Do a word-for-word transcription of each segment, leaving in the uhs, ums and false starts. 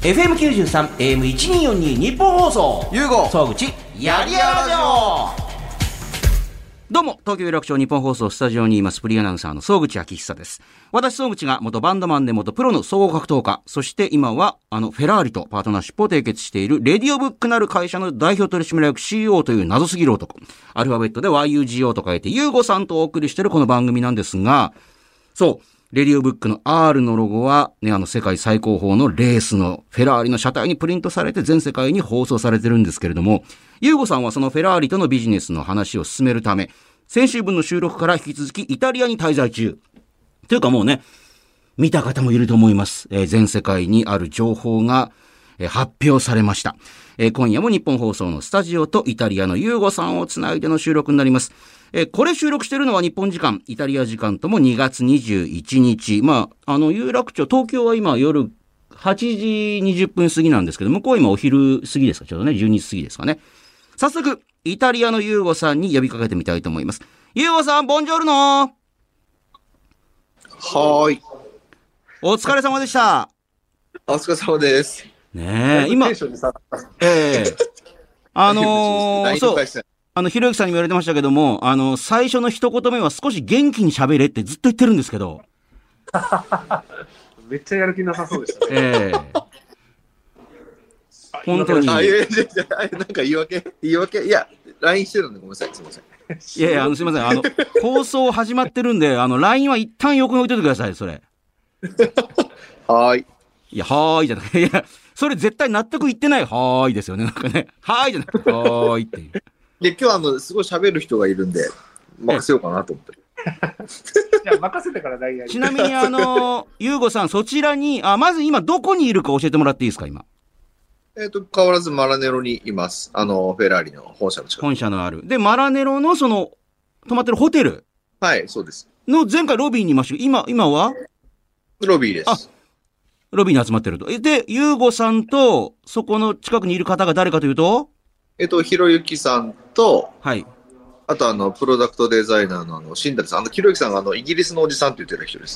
エフエムきゅうじゅうさん エーエムせんにひゃくよんじゅうに 日本放送ゆうご総口やりやらじょどうも、東京有楽町日本放送スタジオにいますフリーアナウンサーの総口昭久です。私総口が元バンドマンで元プロの総合格闘家、そして今はあのフェラーリとパートナーシップを締結しているレディオブックなる会社の代表取締役 シーイーオー という謎すぎる男、アルファベットで ワイユージーオー と書いてユーゴさんとお送りしているこの番組なんですが、そうレディオブックの R のロゴはね、あの世界最高峰のレースのフェラーリの車体にプリントされて全世界に放送されてるんですけれども、ユーゴさんはそのフェラーリとのビジネスの話を進めるため、先週分の収録から引き続きイタリアに滞在中。というかもうね、見た方もいると思います。えー、全世界にある情報が、えー、発表されました。えー、今夜も日本放送のスタジオとイタリアのユーゴさんをつないでの収録になります。えー、これ収録しているのは日本時間、イタリア時間ともにがつにじゅういちにち。まあ、あの、有楽町、東京は今夜はちじにじゅっぷん過ぎなんですけど、向こう今お昼過ぎですか、ちょうどね、じゅうにじ過ぎですかね。早速、イタリアのユーゴさんに呼びかけてみたいと思います。ユーゴさん、ボンジョルノ。はーい。 お疲れ様でした。 お疲れ様です。 ねえ、今、ええー、あのー、そう、あの、ひろゆきさんに言われてましたけども、あの、最初の一言目は少し元気に喋れってずっと言ってるんですけど。 めっちゃやる気なさそうでしたね。 ええー。本当に。 あ、いやいやいや、なんか言い訳言い訳いや、ライン してるんでごめんなさい、すみません。 いやいや、あの、すみません。あの、放送始まってるんで、あの、ライン は一旦横に置いといてください、それ。 はーい。 いや、はーいじゃなくて、いや、それ絶対納得いってない、はーいですよね。なんかね、はーいじゃなくて、はーいっていう。 で、今日あの、すごい喋る人がいるんで、任せようかなと思って。 じゃあ、任せてからライン やりちなみに、あの、ゆうごさん、そちらに、あ、まず今どこにいるか教えてもらっていいですか、今。 えっと、変わらずマラネロにいます。あの、フェラーリの本社の近く。 本社のある。で、マラネロのその、泊まってるホテル。 はい、そうです。 の前回ロビーにいました。今、今はロビーです。 あ、ロビーに集まってると。で、ゆうごさんと、そこの近くにいる方が誰かというとえっと、ひろゆきさんと、 はい。 あとあの、プロダクトデザイナーのあの、新舘さん。あの、ひろゆきさんがあの、イギリスのおじさんって言ってた人です。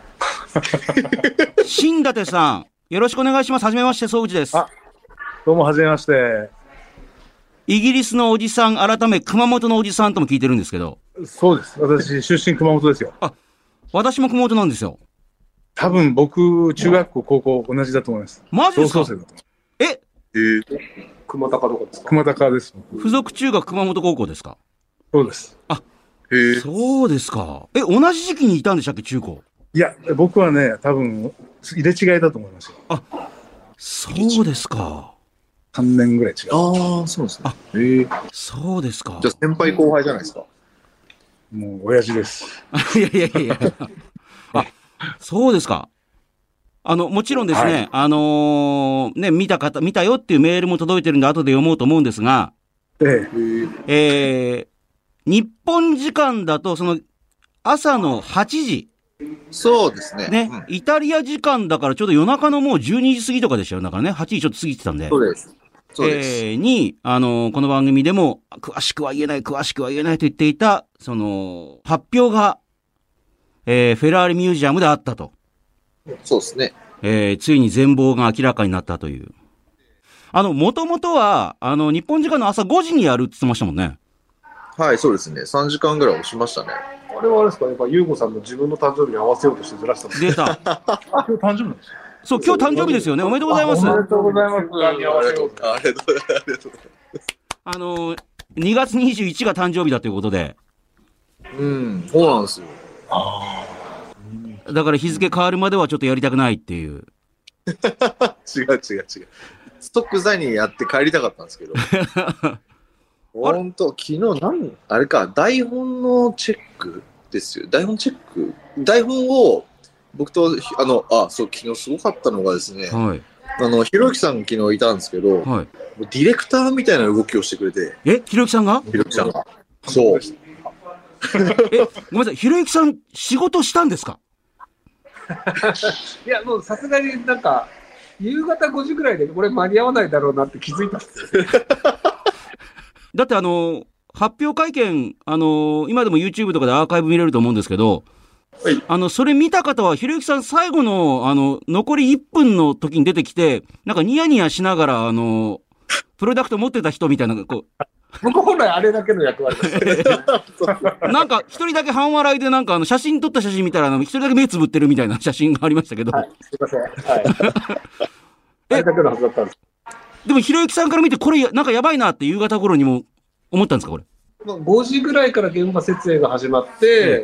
新舘さん、よろしくお願いします。はじめまして、総口です。 あ、どうもはじめまして。 イギリスのおじさん、改め熊本のおじさんとも聞いてるんですけど。 そうです。私、出身熊本ですよ。 あ、私も熊本なんですよ。 多分僕、中学校、高校同じだと思います。 マジですか？ 同窓生だと思います。 ええー、 熊高どこですか？熊高です。 付属中学熊本高校ですか？ そうです。 あ、 へー、 そうですか。え、同じ時期にいたんでしたっけ、中高？ いや、僕はね、多分、入れ違いだと思いますよ。 あ、そうですか。 さんねんぐらい違う。 ああ、そうですね。 あ、 えー、 そうですか。 じゃあ先輩後輩じゃないですか。 もう、親父です。 いやいやいやいや。あ、そうですか。あの、もちろんですね、はい、あのー、ね、見た方、見たよっていうメールも届いてるんで、後で読もうと思うんですが、 えええー、日本時間だと、その、朝のはちじ。 そうですね。 ね、 うん、 イタリア時間だからちょうど夜中のもうじゅうにじ過ぎとかでしたよ。だからね、はちじちょっと過ぎてたんで。 そうです。そうです。 えー、に、あのー、この番組でも、詳しくは言えない、詳しくは言えないと言っていた、その、発表が、えー、フェラーリミュージアムであったと。 そうですね。 えー、ついに全貌が明らかになったという。あの、もともとは、あの、日本時間の朝ごじにやるって言ってましたもんね。 はい、そうですね。さんじかんぐらい押しましたね。 あれはあれですか、やっぱ、ゆうごさんの自分の誕生日に合わせようとしてずらしたんですか？ 出た。 今日誕生日なんですよ。 そう、今日誕生日ですよね。おめでとうございます。 おめでとうございます。 ありがとうございます。ありがとうございます。 あの、にがつにじゅういちが誕生日だということで。 うん、そうなんですよ。 ああ。だから日付変わるまではちょっとやりたくないっていう。 違う違う違う。ストックザにやって帰りたかったんですけど。本当、昨日なん、あれか、台本のチェックですよ。台本チェック台本を、僕と、あの、あ、そう、昨日すごかったのがですね、 はい。 あの、ひろゆきさん昨日いたんですけど、 はい。 ディレクターみたいな動きをしてくれて。 え、ひろゆきさんがひろゆきさんが。そう。 え、ごめんなさい、ひろゆきさん仕事したんですか？ いや、もうさすがになんか、夕方ごじぐらいでこれ間に合わないだろうなって気づいたんですよ。 だってあの、発表会見、あの、今でも YouTube とかでアーカイブ見れると思うんですけど、 あの、それ見た方は、ひろゆきさん最後の、あの、残りいっぷんの時に出てきて、なんかニヤニヤしながら、あの、プロダクト持ってた人みたいな、こう、 僕本来あれだけの役割です。 なんか、一人だけ半笑いで、なんか、あの、写真撮った写真見たら、あの、一人だけ目つぶってるみたいな写真がありましたけど。 はい、すいません。はい。あれだけのはずだったんです。 でも、ひろゆきさんから見て、これ、なんかやばいなって夕方頃にも思ったんですか、これ。 ごじぐらいから現場設営が始まって、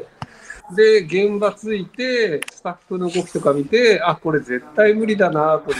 うん、で、現場着いて、スタッフの動きとか見て、あ、これ絶対無理だなと思って、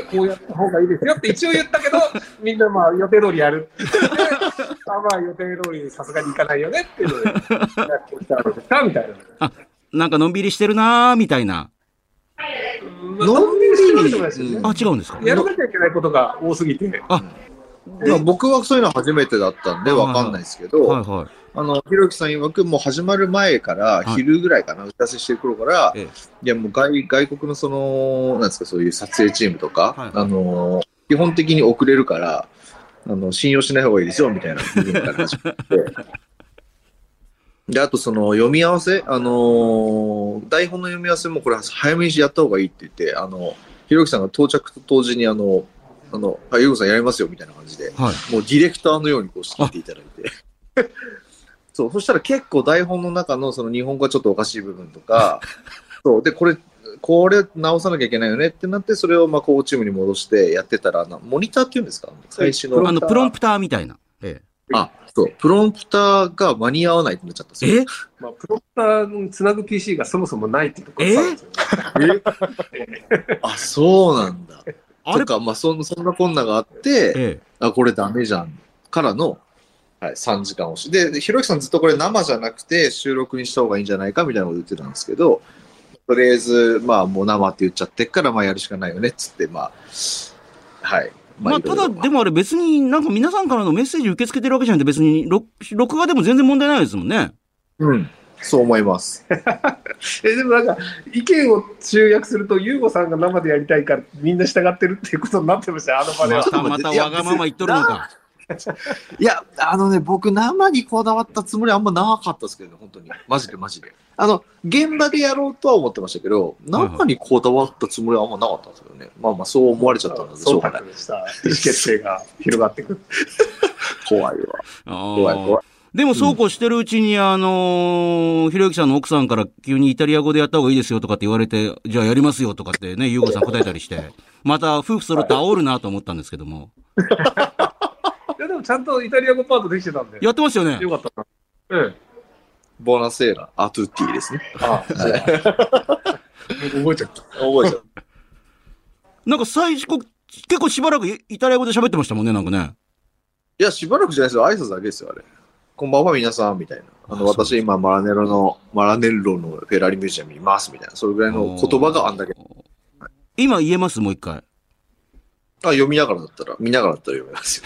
こうやった方がいいですよって一応言ったけど、みんなまあ予定通りやるって言って、あ、まあ予定通りさすがにいかないよねっていうので、やってきたのかみたいな。 あ、なんかのんびりしてるなーみたいな。 のんびりしてるわけじゃないですよね。 あ、違うんですか。 やらなきゃいけないことが多すぎて。 あ、 で僕はそういうの初めてだったんでわかんないですけど、 はいはい。 あの、ひろゆきさん曰くもう始まる前から、昼ぐらいかな、打ち合わせしてる頃から、 ええ、 いやもう外外国のその、なんですか、そういう撮影チームとか、 はい、 あの、基本的に遅れるから、あの、信用しない方がいいですよ、みたいな部分から始まって。で、あとその読み合わせ、あの、台本の読み合わせもこれ早めにやった方がいいって言って、あの、ひろゆきさんが到着と同時にあの、あの、はい、ゆうごさんやりますよ、みたいな感じで、 はい、 もうディレクターのようにこう仕切っていただいて。そう、そしたら結構台本の中のその日本語がちょっとおかしい部分とか、そう、で、これ、これ直さなきゃいけないよねってなって、それをまあ、こうチームに戻してやってたら、モニターっていうんですか最初の。 あの、プロンプターみたいな。ええ。 あ、そう、プロンプターが間に合わないってなっちゃったんですよ。 えまあ、プロンプターにつなぐ ピーシー がそもそもないっていうところがあるんですよね。 えあ、そうなんだ。あれか、まあそん、そんなこんながあって、ええ、あ、これダメじゃん。からの、はい、さんじかん押し。で、ひろゆきさんずっとこれ生じゃなくて収録にした方がいいんじゃないかみたいなこと言ってたんですけど、とりあえず、まあもう生って言っちゃってっから、まあやるしかないよねっつって、まあ、はい。 まあ、まあ、ただ、でもあれ別になんか皆さんからのメッセージ受け付けてるわけじゃなくて別に録、録画でも全然問題ないですもんね。 うん。そう思います。 え、でもなんか、意見を集約すると、ゆうごさんが生でやりたいからみんな従ってるっていうことになってましたよ、あの場では。 またまたわがまま言っとるのか。 いや、あのね、僕生にこだわったつもりはあんまなかったですけどね、本当に。マジでマジで。あの、現場でやろうとは思ってましたけど、生にこだわったつもりはあんまなかったんですよね。まあまあ、そう思われちゃったんでしょうかね。 そう意思決定が広がってくる。 怖いわ。怖い怖い。 でもそうこうしてるうちに、あのー、ひろゆきさんの奥さんから急にイタリア語でやった方がいいですよとかって言われて、じゃあやりますよとかってね、ゆうごさん答えたりして、また夫婦揃って煽るなと思ったんですけども。 いやでもちゃんとイタリア語パートできてたんで。 やってますよね。 よかったな。うん。 ボナセーラ、アトゥッティですね。 ああ、はい、覚えちゃった。覚えちゃった。 なんか最初、結構しばらくイタリア語で喋ってましたもんね、なんかね。 いや、しばらくじゃないですよ。挨拶だけですよ、あれ。こんばんは、皆さん、みたいな。あの、私、今、マラネロの、マラネッロのフェラーリミュージアムにいます、みたいな。それぐらいの言葉があんだけど。 今言えます、もう一回。 あ、読みながらだったら、見ながらだったら読めますよ。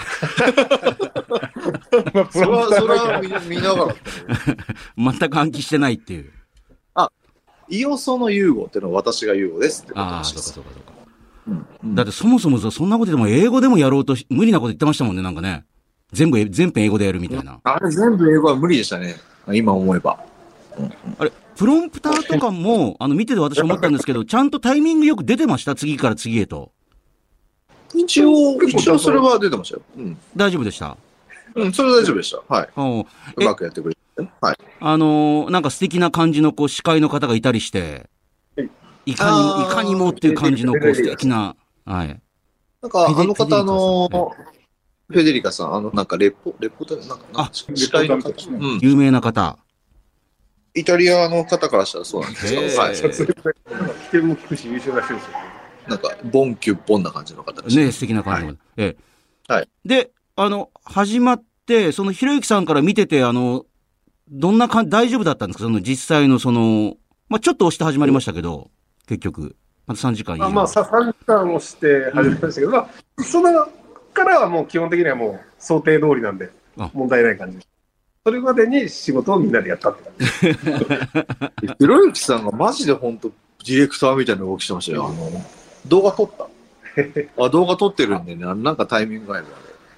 それは、それは見ながらだったら。 全く暗記してないっていう。 あ、イオソのユーゴっていうのは私がユーゴですってことです。 ああ、そうかそうかそうか。うんうん、だってそもそもそんなことでも英語でもやろうと無理なこと言ってましたもんね、なんかね。全部、全編英語でやるみたいな。 あれ全部英語は無理でしたね。今思えば。 うんうん、あれ、プロンプターとかも、あの、見てて私思ったんですけど、ちゃんとタイミングよく出てました？次から次へと。 一応、一応それは出てましたよ。うん。 大丈夫でした？ うん、それは大丈夫でした。はい。うまくやってくれて。はい。 あのー、なんか素敵な感じのこう司会の方がいたりして、いかに、いかにもっていう感じのこう素敵な、はい。 なんか、あの方の、フェデリカさん、あの、なんかレポ、レポート、なんか、なんか司会の方、 うん、有名な方。 イタリアの方からしたらそうなんですけど、はい。 危険も聞くし優秀な人ですよね。 なんか、ボンキュッボンな感じの方です。 ね、素敵な感じの、はい。ええ。はい。 で、あの、始まって、そのひろゆきさんから見てて、あの、どんな感じ、大丈夫だったんですか？その実際のその、まあ、ちょっと押して始まりましたけど、結局。またさんじかん以上。 あ、まあ、さんじかん押して始めましたけど、うん、まあ、そのからはもう基本的にはもう想定通りなんで、問題ない感じです。それまでに仕事をみんなでやったって感じ。 ひろゆきさんがマジで本当ディレクターみたいな動きしてましたよ。あの動画撮ったあ動画撮ってるんでね、なんかタイミングがあるので。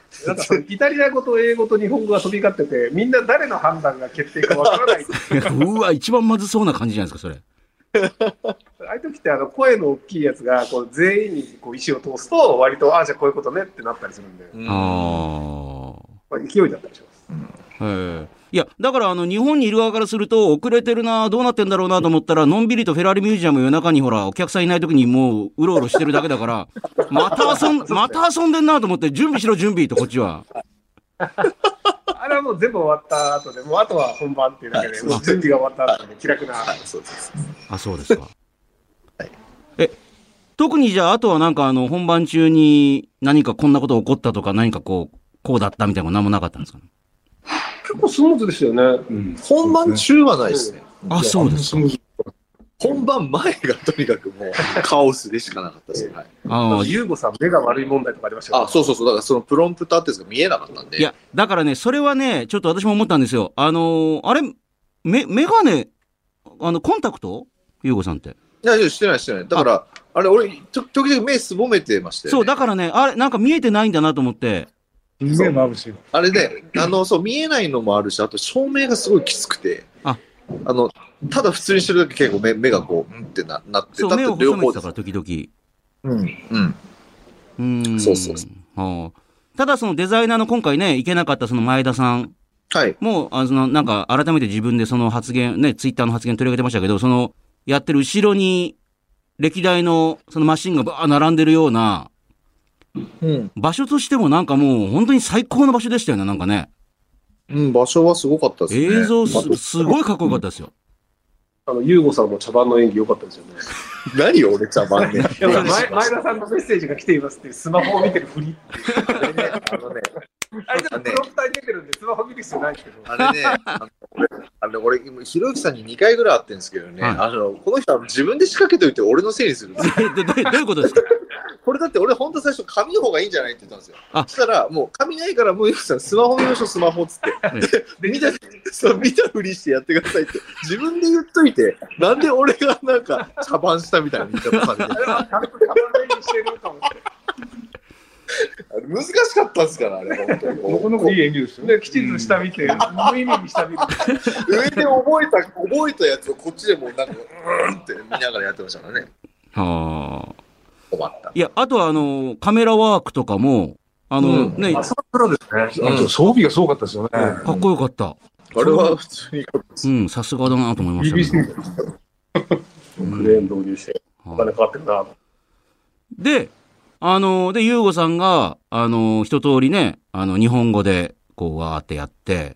なんかそのイタリア語と英語と日本語が飛び交ってて、みんな誰の判断が決定かわからない。 うわ、一番まずそうな感じじゃないですか、それ。 ああいう時ってあの声の大きいやつがこう全員にこう意思を通すと、割と、ああ、じゃあこういうことねってなったりするんで、 うん、 あまあ、勢いだったりします。 あ。へえ。いや、だからあの、日本にいる側からすると、遅れてるな、どうなってんだろうなと思ったら、のんびりとフェラーリミュージアム夜中にほら、お客さんいない時にもう、うろうろしてるだけだから、また遊ん、また遊んでんなと思って、準備しろ準備と、こっちは。 あれはもう全部終わった後で、もうあとは本番っていうだけで、もう準備が終わった後で気楽な。 はい、そうです。 あ、そうですか。 はい、 え、特にじゃあ、あとはなんかあの、本番中に何かこんなこと起こったとか、何かこう、こうだったみたいなの何もなかったんですかね。 結構スムーズでしたよね。うん、 本番中はないですね。 あ、そうですか。 本番前がとにかくもうカオスでしかなかったです。はい、 ああ、ユーゴさん目が悪い問題とかありましたよね。 あ、そうそうそう。だからそのプロンプターってやつが見えなかったんで。 いや、だからね、それはね、ちょっと私も思ったんですよ。あのー、あれ、め、メガネ、あの、コンタクトユーゴさんって。 いや、いや、してない、してない。だから、あれ、俺、と時々目すぼめてましたよね。 そう、だからね、あれ、なんか見えてないんだなと思って。 目眩しい。 あれね、あの、そう、見えないのもあるし、あと照明がすごいきつくて、 あ、 あの、ただ普通にしてるだけ結構目目がこう、うんってななってそう、 た目をって両方細めてたから、時々。 うん、うん。 うーん。 そうそうそう。 はあ、ただ、そのデザイナーの今回ね、行けなかったその前田さん。 はい。 もう、あの、なんか、改めて自分でその発言、ね、ツイッターの発言取り上げてましたけど、その、やってる後ろに、歴代のそのマシンがバー並んでるような、 うん。 場所としてもなんかもう本当に最高の場所でしたよね、なんかね。 うん、場所はすごかったですね。 映像す、すごいかっこよかったですよ。 あの、ユーゴさんも茶番の演技良かったですよね。 何よ、俺茶番ね。 いや前前田さんのメッセージが来ていますっていうスマホを見てるふりっていう。あれね、あのね、あれでもプロンプターに出てるんでスマホ見る必要ないですけど。 あれね、あの俺、あの俺今ひろゆきさんににかいぐらい会ってるんですけどね、はい、あのこの人は自分で仕掛けといて俺のせいにするんですよ。 ど, ど, どういうことですか？ これだって俺本当最初紙の方がいいんじゃないって言ったんですよ。そしたらもう紙ないからもうゆきさんスマホ見ましょうスマホっつって、で見たそう見たふりしてやってくださいって自分で言っといて、なんで俺がなんか茶番したみたいな言い方されて。あれはちゃんと茶番の演技してると思って。あれ難しかったんですから、あれ。 なかなかいい演技ですよね。 きちんと下見て、無意味に下見て。 上で覚えた、覚えたやつをこっちでもうなんか、うーんって見ながらやってましたからね。 はあ。 困った。 いや、あとはあの、カメラワークとかも、あの、うん、ね。 朝からですね。あと装備がすごかったですよね。 かっこよかった。 あれは普通にかっこいいです。 うん、さすがだなと思いましたね。 クレーン導入して、お金かかってるな。 で、あの、で、ユーゴさんが、あの、一通りね、あの、日本語で、こう、わーってやって、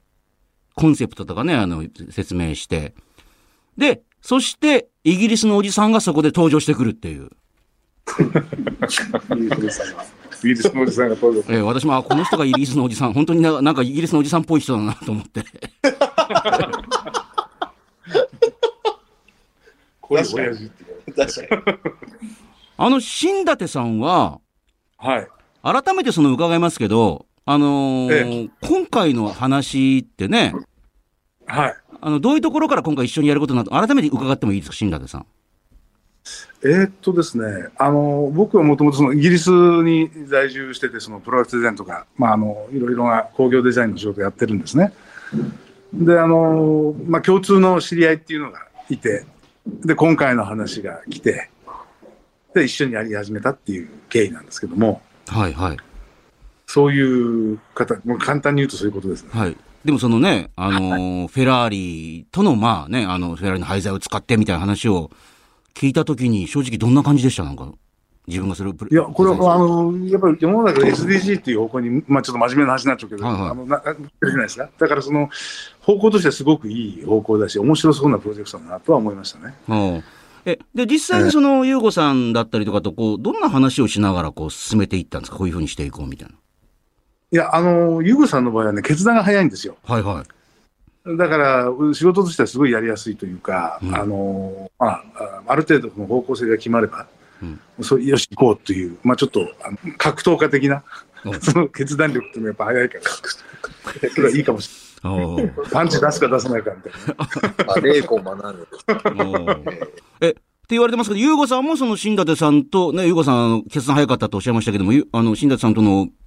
コンセプトとかね、あの、説明して、で、そして、イギリスのおじさんがそこで登場してくるっていう。 イギリスのおじさんが登場。 えー、私も、あ、この人がイギリスのおじさん、本当にな、なんかイギリスのおじさんっぽい人だなと思って。 これ、親父って。 確かに。 あの、新舘さんは、 はい。 改めてその伺いますけど、あのーええ、今回の話ってね、 はい。 あの、どういうところから今回一緒にやることになった、改めて伺ってもいいですか、新舘さん。 えー、っとですね、あの、僕はもともとそのイギリスに在住してて、そのプロダクトデザインとか、まあ、あの、いろいろな工業デザインの仕事をやってるんですね。で、あの、まあ、共通の知り合いっていうのがいて、で、今回の話が来て、で、一緒にやり始めたっていう経緯なんですけども。 はいはい。 そういう方、もう簡単に言うとそういうことですね。 はい。でもそのね、あのーはい、フェラーリとの、まあね、あの、フェラーリの廃材を使ってみたいな話を聞いたときに、正直どんな感じでしたなんか、自分がするプレいや、これは、あの、やっぱり世の中で エスディージー っていう方向に、まあちょっと真面目な話になっちゃうけど、はいはい、あの、な、な、じゃないですか。だからその、方向としてはすごくいい方向だし、面白そうなプロジェクトだなとは思いましたね。 うん。え、で、実際にその、ゆうごさんだったりとかと、こう、どんな話をしながら、こう、進めていったんですか？こういうふうにしていこうみたいな。 いや、あの、ゆうごさんの場合はね、決断が早いんですよ。 はいはい。 だから、仕事としてはすごいやりやすいというか、うん、あの、まあ、ある程度の方向性が決まれば、うん、そうよし、行こうという、まあちょっと、あの格闘家的な、その決断力っていうのがやっぱ早いから、それはいいかもしれない。パンチ出すか出さないかみたいな。 あ、霊魂学ぶ。 え、って言われてますけど、ゆうごさんもその新舘さんと、ね、ゆうごさん、決断早かったとおっしゃいましたけども、あの、新舘さんとの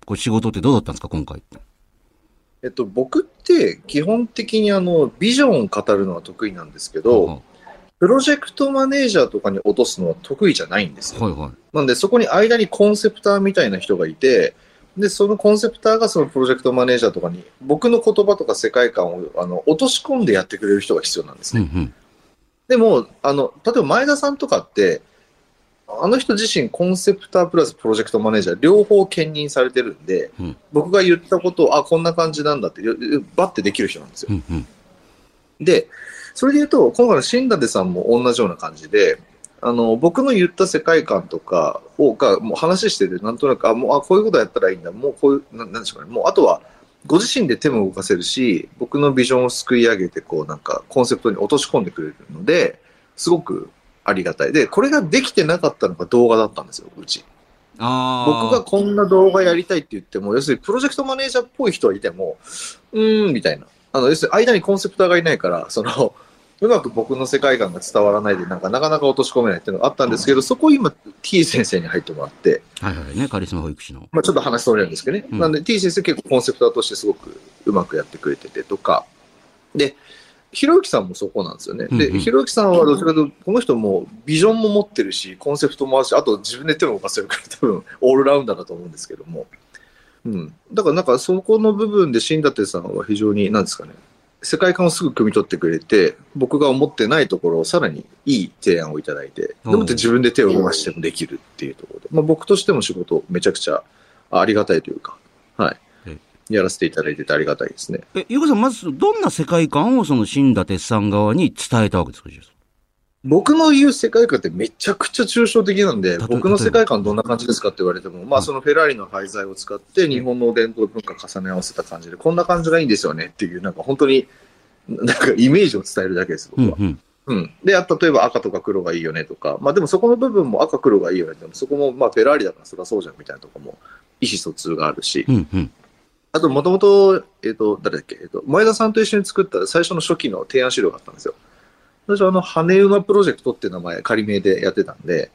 こう仕事ってどうだったんですか、今回って。 えっと、僕って基本的にあの、ビジョンを語るのは得意なんですけど、 はプロジェクトマネージャーとかに落とすのは得意じゃないんですよ。 はいはい。 なんで、そこに間にコンセプターみたいな人がいて、で、そのコンセプターがそのプロジェクトマネージャーとかに、僕の言葉とか世界観をあの落とし込んでやってくれる人が必要なんですね。 うんうん、 でも、あの、例えば前田さんとかって、あの人自身コンセプタープラスプロジェクトマネージャー両方兼任されてるんで、うん、僕が言ったことを、あ、こんな感じなんだって、バッてできる人なんですよ。 うんうん、 で、それで言うと、今回の新舘さんも同じような感じで、あの、僕の言った世界観とかを、が、もう話してて、なんとなく、あ、もう、あ、こういうことやったらいいんだ、もうこういう、ななんでしょうかね、もう、あとは、ご自身で手も動かせるし、僕のビジョンをすくい上げて、こう、なんか、コンセプトに落とし込んでくれるので、すごくありがたい。で、これができてなかったのが動画だったんですよ、うち。 あ僕がこんな動画やりたいって言っても、要するにプロジェクトマネージャーっぽい人はいても、うーん、みたいな。あの、要するに間にコンセプターがいないから、その、うまく僕の世界観が伝わらないで、なんかなかなか落とし込めないっていうのがあったんですけど、そこを今、T 先生に入ってもらって、 はいはいね、カリスマ保育士の。 まあちょっと話それるんですけどね。うん、なんで T 先生結構コンセプターとしてすごくうまくやってくれててとか、で、ひろゆきさんもそこなんですよね。で、ひろゆきさんはどちらかというと、この人もビジョンも持ってるし、コンセプトもあるし、あと自分で手も動かせるから多分オールラウンダーだと思うんですけども。うん。だからなんかそこの部分で新舘さんは非常に、なんですかね、世界観をすぐ汲み取ってくれて、僕が思ってないところをさらにいい提案をいただいて、でもって自分で手を動かしてもできるっていうところで、まあ僕としても仕事めちゃくちゃありがたいというか、はい。やらせていただいててありがたいですね。 え、ゆうこさん、まずどんな世界観をその新舘さん側に伝えたわけですか？ 僕の言う世界観ってめちゃくちゃ抽象的なんで、僕の世界観どんな感じですかって言われても、まあそのフェラーリの廃材を使って日本の伝統文化重ね合わせた感じで、こんな感じがいいんですよねっていう、なんか本当に、なんかイメージを伝えるだけです、僕は。うん、うんうん、で、例えば赤とか黒がいいよねとか、まあでもそこの部分も赤黒がいいよねって、そこもまあフェラーリだからそりゃそうじゃんみたいなところも意思疎通があるし、 うんうん、 あともともと、えっと、誰だっけ、えっと、前田さんと一緒に作った最初の初期の提案資料があったんですよ。私はあの、羽馬プロジェクトっていう名前、仮名でやってたんで、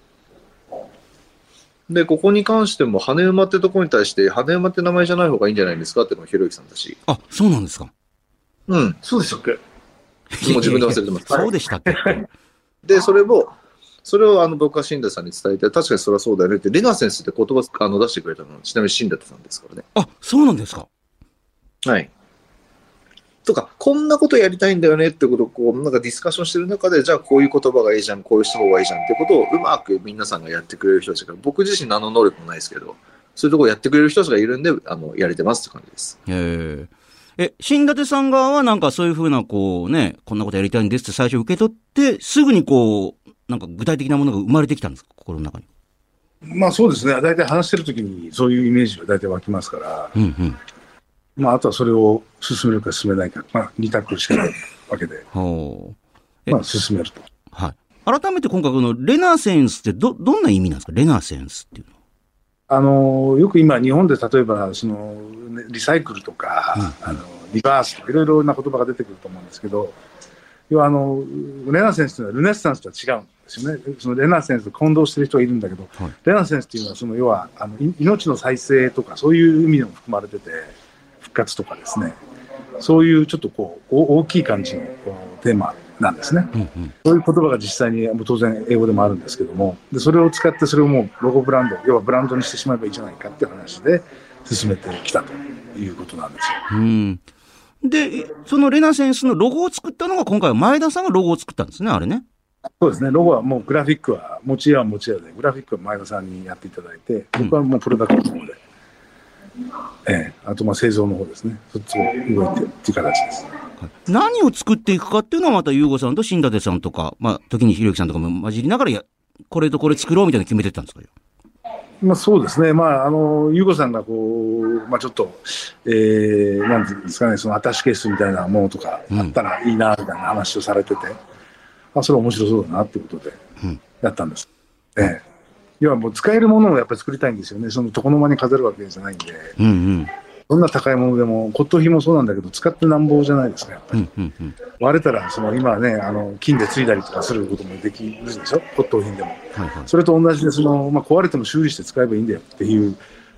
で、ここに関しても、羽馬ってところに対して、羽馬って名前じゃない方がいいんじゃないですかっていうのがひろゆきさんだし。 あ、そうなんですか。 うん。そうでしたっけ？もう自分で忘れてます。 そうでしたっけ？ で、それを、それをあの僕が新舘さんに伝えて、確かにそれはそうだよねって、レナセンスって言葉あの出してくれたのは、ちなみに新舘さんですからね。 あ、そうなんですか。 はい。とか、こんなことやりたいんだよねってことを、こう、なんかディスカッションしてる中で、じゃあこういう言葉がいいじゃん、こういう人の方がいいじゃんってことをうまく皆さんがやってくれる人たちが、僕自身何の能力もないですけど、そういうところをやってくれる人たちがいるんで、あの、やれてますって感じです。 へえ。え、新舘さん側はなんかそういうふうな、こうね、こんなことやりたいんですって最初受け取って、すぐにこう、なんか具体的なものが生まれてきたんですか、心の中に。 まあそうですね。大体話してるときにそういうイメージが大体湧きますから、 うんうん、 まああとはそれを進めるか進めないか、まあ二択しかないわけで、 ほうまあ進めると。 はい。改めて今回このレナセンスってど、どんな意味なんですか？レナセンスっていうのは。 あの、よく今日本で例えば、その、リサイクルとか、うん、あの、リバースとかいろいろな言葉が出てくると思うんですけど、要はあの、レナセンスというのはルネッサンスとは違うんですよね。そのレナセンスと混同している人がいるんだけど、はい、レナセンスというのはその要はあの命の再生とかそういう意味でも含まれてて、復活とかですね、そういうちょっとこう大きい感じのテーマなんですね、うんうん。そういう言葉が実際に当然英語でもあるんですけども、でそれを使ってそれをもうロゴブランド、要はブランドにしてしまえばいいじゃないかっていう話で進めてきたということなんですよ。 うんで、そのレナセンスのロゴを作ったのが今回は前田さんがロゴを作ったんですね、あれね。 そうですね、ロゴはもうグラフィックは持ち屋は持ち屋で、グラフィックは前田さんにやっていただいて、僕はもうプロダクトの方で、うん、ええ、あとまあ製造の方ですね、そっちを動いてっていう形です。 何を作っていくかっていうのはまた優吾さんと新舘さんとか、まあ時にひろゆきさんとかも混じりながらや、これとこれ作ろうみたいな決めてったんですかよ。 まあ、そうですね、まあ、あの、ゆうこさんがこう、まあ、ちょっと、えー、なんていうんですかね、そのアタッシュケースみたいなものとかあったらいいな、みたいな話をされてて、うん、あ、それ面白そうだなっていうことで、やったんです。うん、ええ。要はもう使えるものをやっぱり作りたいんですよね。その床の間に飾るわけじゃないんで、 うんうん、 どんな高いものでも、骨董品もそうなんだけど、使ってなんぼじゃないですか、やっぱり。うんうんうん、割れたら、その今ね、あの、金で継いだりとかすることもできるでしょ、骨董品でも。はいはい、それと同じで、その、まあ、壊れても修理して使えばいいんだよっていう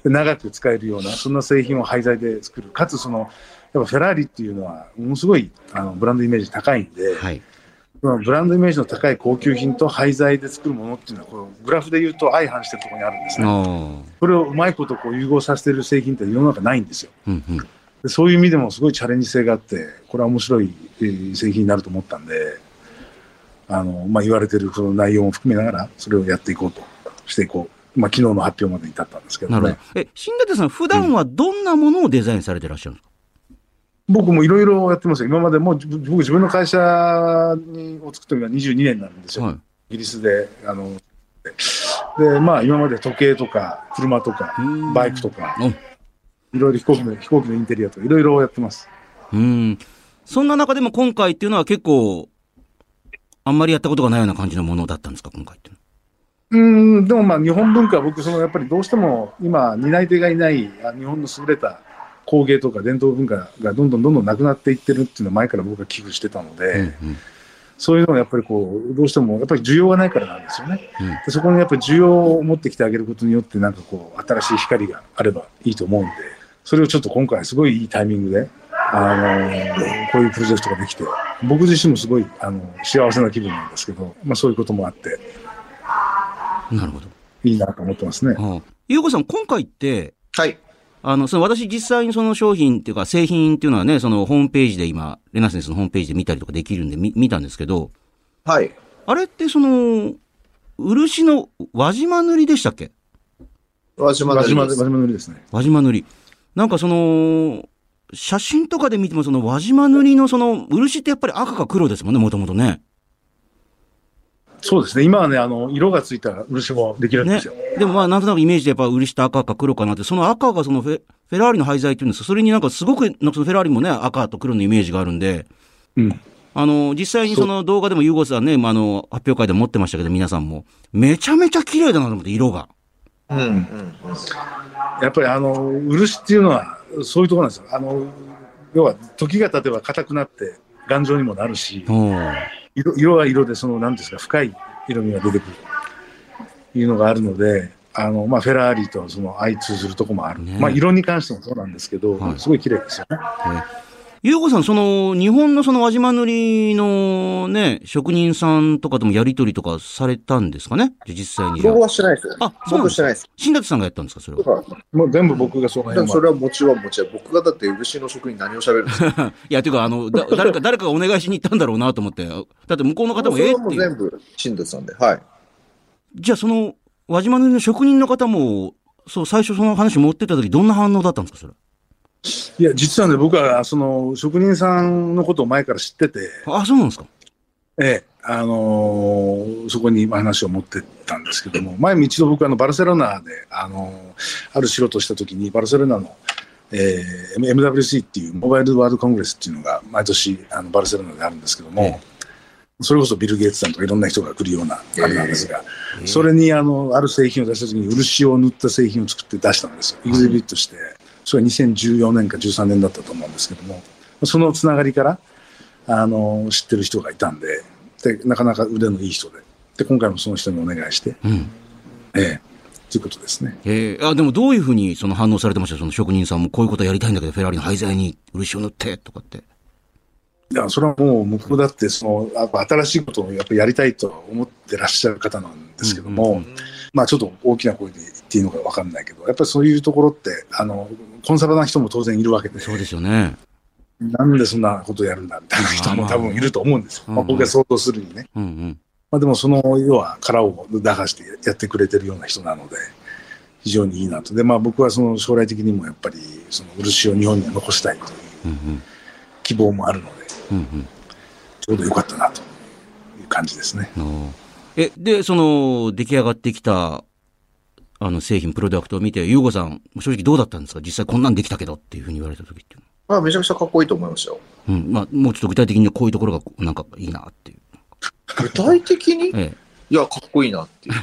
で長く使えるような、そんな製品を廃材で作る。かつその、やっぱフェラーリっていうのは、ものすごいあのブランドイメージ高いんで、 はい。 そのブランドイメージの高い高級品と廃材で作るものっていうのは、こうグラフで言うと相反してるところにあるんですね。 あそれをうまいことこう融合させてる製品って世の中ないんですよ。 うんうん。 でそういう意味でもすごいチャレンジ性があって、これは面白いえー製品になると思ったんで、あの、まあ、言われてるその内容も含めながら、それをやっていこうとしていこう。まあ、昨日の発表まで至ったんですけどね。 なるほど。え、新舘さん、普段はどんなものをデザインされてらっしゃるんですか？ 僕もいろいろやってますよ。今までもう僕自分の会社にを作ったのがにじゅうにねんになるんですよ。 はい。 イギリスで、あの、で、まあ今まで時計とか車とかうんバイクとか、 おいろいろ飛行機の、飛行機のインテリアとかいろいろやってます。 うん。そんな中でも今回っていうのは結構、あんまりやったことがないような感じのものだったんですか、今回っていううーん、でもまあ日本文化は僕そのやっぱりどうしても今担い手がいないあ日本の優れた工芸とか伝統文化がどんどんどんどんなくなっていってるっていうのは前から僕は危惧してたので、 のは。うんうん。 そういうのはやっぱりこうどうしてもやっぱり需要がないからなんですよね。 うんでそこにやっぱり需要を持ってきてあげることによってなんかこう新しい光があればいいと思うんで、それをちょっと今回すごいいいタイミングで、あのーこういうプロジェクトができて、僕自身もすごいあの幸せな気分なんですけど、まあそういうこともあってなるほど。 いいなと思ってますね。 ああ。ゆうこさん、今回って、 はい。 あの、その私実際にその商品っていうか製品っていうのはね、そのホームページで今、レナセンスのホームページで見たりとかできるんで見見たんですけど、 はい。 あれってその、漆の輪島塗りでしたっけ？ 輪島輪島で輪です。 島塗りですね。 輪島塗り。なんかその、写真とかで見てもその輪島塗りのその、漆ってやっぱり赤か黒ですもんね、もともとね。 そうですね。今はね、あの、色がついた漆もできるんでねすよ。。 でもまあなんとなくイメージでやっぱ漆って赤か黒かなって、その赤がそのフェフェラーリの廃材っていうんです。それになんかすごく、なんかそのフェラーリもね、赤と黒のイメージがあるんで、 うん。 あの、実際にその動画でもユーゴさんね、まあ、あの、発表会で持ってましたけど、皆さんも。めちゃめちゃ綺麗だなと思って、色が。 うん。うん。 やっぱりあの、漆っていうのはそういうところなんですよ。あの、要は時が経てば硬くなって頑丈にもなるし、 おー色色は色でその、なんですか、深い色味が出てくるというのがあるので、あの、まあ、フェラーリとその相通ずるとこもある。 ねまあ、色に関してもそうなんですけど、 はいすごい綺麗ですよね。 ユーゴさん、その、日本のその輪島塗りのね、職人さんとかともやりとりとかされたんですかね？実際に。 僕はしてないですよ。 あ、そうなんですか。 僕してないです。 新舘さんがやったんですか、それは。 もう全部僕がそのでも辺は。 それはもちろんもちろん。僕がだって漆の職人何を喋るんですか？ いや、ていうか、あの、だ誰か、誰かがお願いしに行ったんだろうなと思って。だって向こうの方もそれはもうええっていう。 全部、新藤さんで。はい。 じゃあ、その、輪島塗りの職人の方も、そう、最初その話持ってた時、どんな反応だったんですか、それ。 いや、実はね、僕はその職人さんのことを前から知ってて、 あ、そうなんですか。 ええ、あのーそこに話を持ってったんですけども、前も一度僕あのバルセロナで、あのーある仕事をしたときに、バルセロナの、えー、エムダブリューシー っていうモバイルワールドコングレスっていうのが毎年あのバルセロナであるんですけども、 えそれこそビル・ゲイツさんとかいろんな人が来るようなあれなんですが、それにあのある製品を出したときに漆を塗った製品を作って出したんですよ。エグゼビットして、それはにせんじゅうよねんかじゅうさんねんだったと思うんですけども、そのつながりからあの知ってる人がいたんで、でなかなか腕のいい人で、で今回もその人にお願いして、 うん。 ええということですね。 ええあ、でもどういうふうにその反応されてました？その職人さんもこういうことやりたいんだけど、フェラーリの廃材に漆を塗ってとかって。 いや、それはもう向こうだってそのやっぱ新しいことをやっぱやりたいと思ってらっしゃる方なんですけども、 うんうんまあちょっと大きな声で言っていいのかわかんないけど、やっぱりそういうところってあのコンサバな人も当然いるわけで、 そうですよね。 なんでそんなことをやるんだみたいな人も多分いると思うんですよ。 うんまあ、僕が想像するにね。 うんうん。 まあでもその要は殻を打破してやってくれてるような人なので、非常にいいなと。で、まあ僕はその将来的にもやっぱりその漆を日本には残したいといううんうん。 希望もあるので、 うんうん。 ちょうど良かったなという感じですね。 あーえ、で、その、出来上がってきた、あの、製品、プロダクトを見て、ゆうごさん、正直どうだったんですか？実際こんなんできたけどっていうふうに言われた時っていうまあ、めちゃくちゃかっこいいと思いましたよ。 のは。うん。まあ、もうちょっと具体的にこういうところが、なんかいいなっていう。 具体的にええ。 いや、かっこいいなっていう。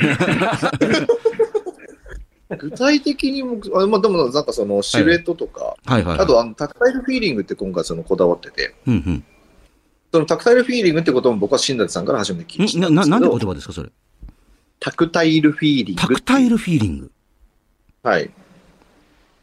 具体的にも、あまあ、でもなんかそのシルエットとか、 はいはい、はい。 あとあのタクタイルフィーリングって今回そのこだわってて、 うんうん。 そのタクタイルフィーリングってことも僕は新舘さんから初めて聞いたんんな、な、 ですけど、 なんて言葉ですか、それ。 タクタイルフィーリング。 タクタイルフィーリング。 はい。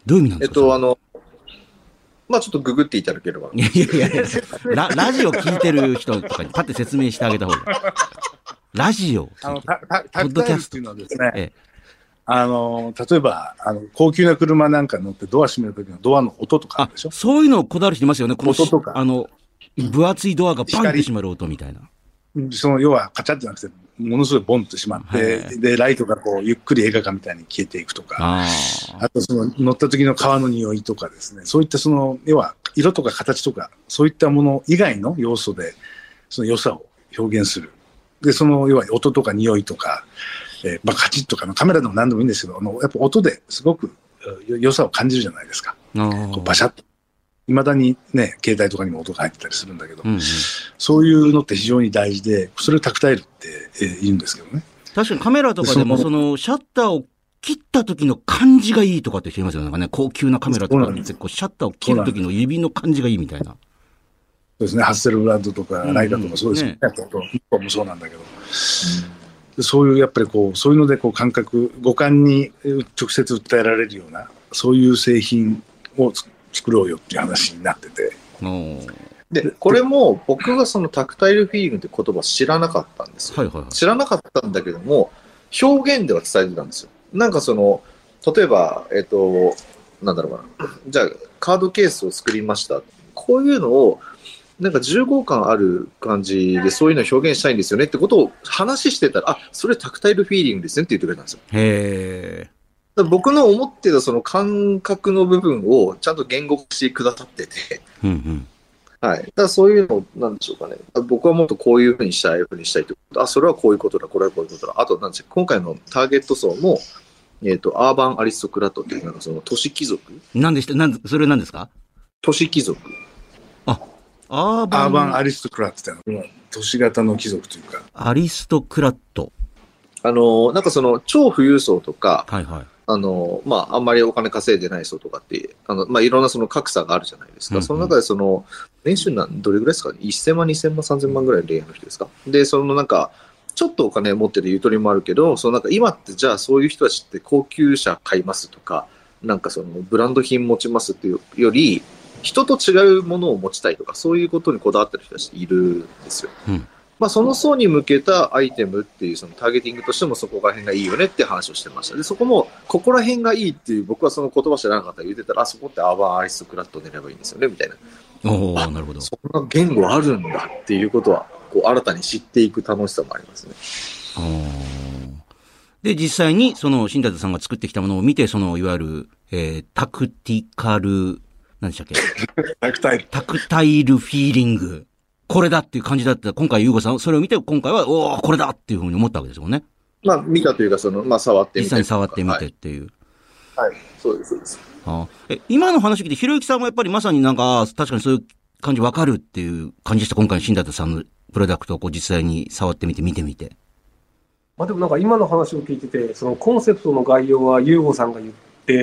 どういう意味なんですか？ えっと、あの、まあちょっとググっていただければ。 いやいやいやラ、ラジオ聞いてる人とかにパッて説明してあげた方が。ラジオあの、タタタポッドキャストクタイルっていうのはですね、 ええ、 あの、例えば、あの、高級な車なんか乗ってドア閉めるときのドアの音とかあるあでしょ。 そういうのこだわる人いますよね。この音とかあの、分厚いドアがバンって閉まる音みたいな。 その要はカチャってじゃなくて、ものすごいボンと閉まって、 はいで、ライトがこう、ゆっくり映画館みたいに消えていくとか、 ああとその乗った時の革の匂いとかですね、そういったその、要は色とか形とか、そういったもの以外の要素で、その良さを表現する。で、その要は音とか匂いとか、えーまあ、カチッとかのカメラでも何でもいいんですけど、あのやっぱ音ですごくよ良さを感じるじゃないですか。 あ。あこうバシャッと。未だにね、携帯とかにも音が入ってたりするんだけど、 うんうん、 そういうのって非常に大事で、それをタクタイルって、えー言うんですけどね。 確かにカメラとかでもそそのシャッターを切った時の感じがいいとかって人いますよね。なんかね、高級なカメラとかってこうシャッターを切る時の指の感じがいいみたいな。 そうですね、ハッセルブラッドとかライダーとかそうですよね。 うんあと、日本もそうなんだけど、でそういうやっぱりこう、そういうのでこう感覚、五感に直接訴えられるような、そういう製品をつ作ろうよっていう話になってて。 おーで、これも僕がそのタクタイルフィーリングって言葉知らなかったんですよ。 はいはいはい。 知らなかったんだけども、表現では伝えてたんですよ。なんかその、例えば、えっと、なんだろうかな。じゃあ、カードケースを作りました。こういうのを、なんか重厚感ある感じでそういうのを表現したいんですよねってことを話してたら、あ、それタクタイルフィーリングですねって言ってくれたんですよ。 へー。 だから僕の思ってたその感覚の部分をちゃんと言語化してくださってて、 うんうん。 はい。だからそういうの、なんでしょうかね。僕はもっとこういうふうにしたい、ああいうふうにしたいということ。あ、それはこういうことだ、これはこういうことだ。あと、なんでしょう、今回のターゲット層も、えっ、と、アーバンアリストクラットっていう、なんかその都市貴族何でした、なんそれ何ですか？ 都市貴族。 あ、アーバン。 アーバンアリストクラットっていうのは、都市型の貴族というか。 アリストクラット。 あの、なんかその、超富裕層とか、 はいはい。 あの、まあ、あんまりお金稼いでない層とかって、あの、まあ、いろんなその格差があるじゃないですか。 うんうんその中でその、年収なんどれぐらいですか ?せんまん、にせんまん、さんぜんまんぐらいの恋愛の人ですか。で、そのなんか、ちょっとお金持ってるゆとりもあるけど、そのなんか今ってじゃあそういう人たちって高級車買いますとか、なんかそのブランド品持ちますっていうより、人と違うものを持ちたいとか、そういうことにこだわってる人たちっているんですよ。 うんまあ、その層に向けたアイテムっていうそのターゲティングとしてもそこら辺がいいよねって話をしてました。で、そこも、ここら辺がいいっていう、僕はその言葉知らなかったら言ってたら、あ、そこってアーバンアリストクラットでればいいんですよね、みたいな。 おー、なるほど。 そんな言語あるんだっていうことは、こう、新たに知っていく楽しさもありますね。 あーで、実際に、その、新田さんが作ってきたものを見て、その、いわゆる、えー、タクティカル、何でしたっけタクタイル。 タクタイルフィーリング。これだっていう感じだった。今回、ゆうごさん、それを見て、今回は、おー、これだっていうふうに思ったわけですもんね。 まあ、見たというか、その、まあ、触ってみて。 実際に触ってみてっていう。 はい。はい。そうです、そうです。 あーえ今の話聞いて、ひろゆきさんもやっぱりまさになんか、あー確かにそういう感じわかるっていう感じでした。今回の新田さんのプロダクトをこう実際に触ってみて、見てみて。 まあでもなんか今の話を聞いてて、そのコンセプトの概要はユーゴさんが言って、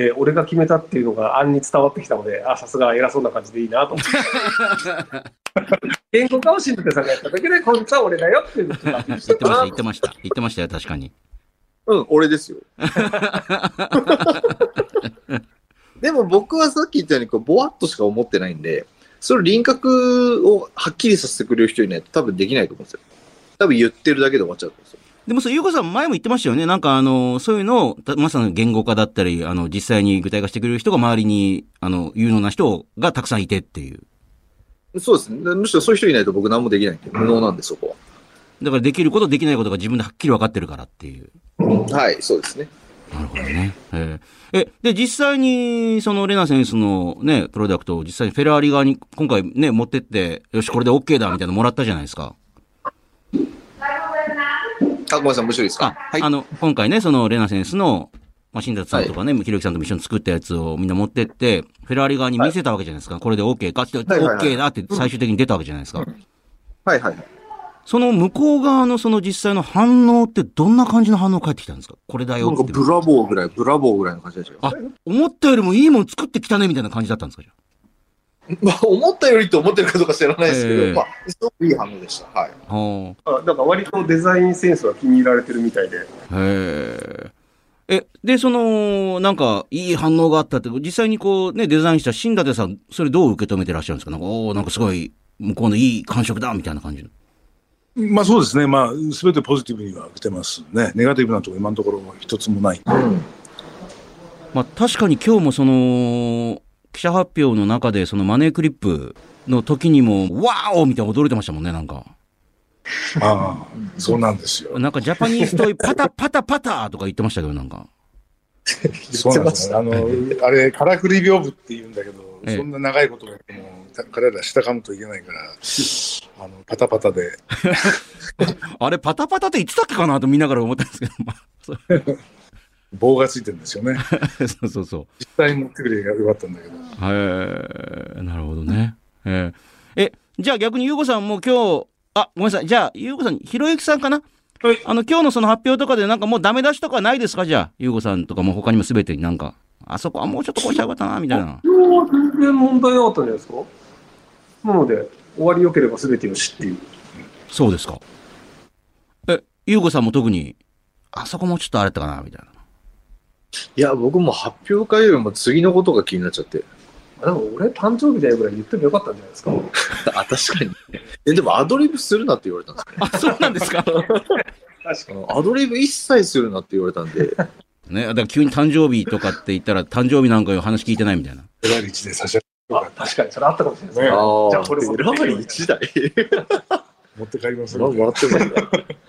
俺が決めたっていうのが案に伝わってきたので、あ、さすが偉そうな感じでいいなと思って。言語化を新田さんがやっただけで、こいつは俺だよっていうのをちょっとアピールし言ってました、 たかな言ってました。言ってましたよ、確かに。 うん、俺ですよ。でも僕はさっき言ったように、こう、ぼわっとしか思ってないんで、それ輪郭をはっきりさせてくれる人いないと多分できないと思うんですよ。多分言ってるだけで終わっちゃうと思うんですよ。 でもそう、ゆうこさん前も言ってましたよね。なんかあの、そういうのを、たまさに言語化だったり、あの、実際に具体化してくれる人が周りに、あの、有能な人がたくさんいてっていう。 そうですね。むしろそういう人いないと僕何もできないんで、無能なんで、そこだからできること、できないことが自分ではっきり分かってるからっていう。 は。はい、そうですね。 なるほどね。えーえ、で、実際に、そのレナセンスのね、プロダクトを実際にフェラーリ側に今回ね、持ってって、よし、これで OK だ、みたいなのもらったじゃないですか。 あ、ごめんなさい、面白いですか。 あ、あの、今回ね、そのレナセンスの、まあ、新達さんとかね、ひろゆきさんとも一緒に作ったやつをみんな持ってって、フェラーリ側に見せたわけじゃないですか。これで OK かって、 はいはいはい OK だって最終的に出たわけじゃないですか。 はいはい。 その向こう側のその実際の反応ってどんな感じの反応返ってきたんですか？これだよって。 なんかブラボーぐらい、ブラボーぐらいの感じでしたよ。 あ、思ったよりもいいもの作ってきたねみたいな感じだったんですか？じゃまあ、思ったよりと思ってるかどうか知らないですけど、 ええまあ、すごくいい反応でした。はい。 あ。はあ、なんか割とデザインセンスは気に入られてるみたいで。 あ。へえ。 え、で、その、なんか、いい反応があったって、実際にこう、ね、デザインした新舘さん、それどう受け止めてらっしゃるんですか？なんか、おー、なんかすごい、向こうのいい感触だ、みたいな感じ。 まあそうですね。まあ、すべてポジティブには受けてますね。ネガティブなところ今のところ一つもない。 うん。 まあ確かに今日もその、記者発表の中で、そのマネークリップの時にも、ワーオみたいな驚いてましたもんね、なんか。 ああ、そうなんですよ。 なんかジャパニーズトイパタパタパタとか言ってましたけど、なんか。 そうなんですね。あの、あれ、からくり屏風って言うんだけど、 ええ、 そんな長いことやっても、彼ら下噛むといけないから、あの、パタパタで。 あれ、パタパタって言ってたっけかなと見ながら思ったんですけど、まあ、 棒がついてるんですよね。 そうそうそう。 実際に持ってくればよかったんだけど。 へえ、なるほどね。えー、え、じゃあ逆にゆうごさんも今日、あ、ごめんなさい。じゃあ、ゆうごさん、ひろゆきさんかな？はい。あの、今日のその発表とかでなんかもうダメ出しとかないですか？じゃあ、ゆうごさんとかも他にもすべてになんか、あそこはもうちょっとこうしたらよかったな、みたいな。 今日は全然問題なかったんじゃないですか？なので、終わり良ければ全てよしっていう。 そうですか。え、ゆうごさんも特に、あそこもちょっとあれだったかな、みたいな。 いや、僕も発表会よりも次のことが気になっちゃって。 でも俺誕生日だよぐらい言ってもよかったんじゃないですか。 あ、確かに。え、でもアドリブするなって言われたんですよ。 あ、そうなんですか。 確かに。アドリブ一切するなって言われたんで。 ね、だから急に誕生日とかって言ったら、誕生日なんかいう話聞いてないみたいな。 フェラーリいちだい差し上げあ、確かにそれあったかもしれないですね。 ああ、 じゃあこれフェラーリいちだい持って帰りますもらってます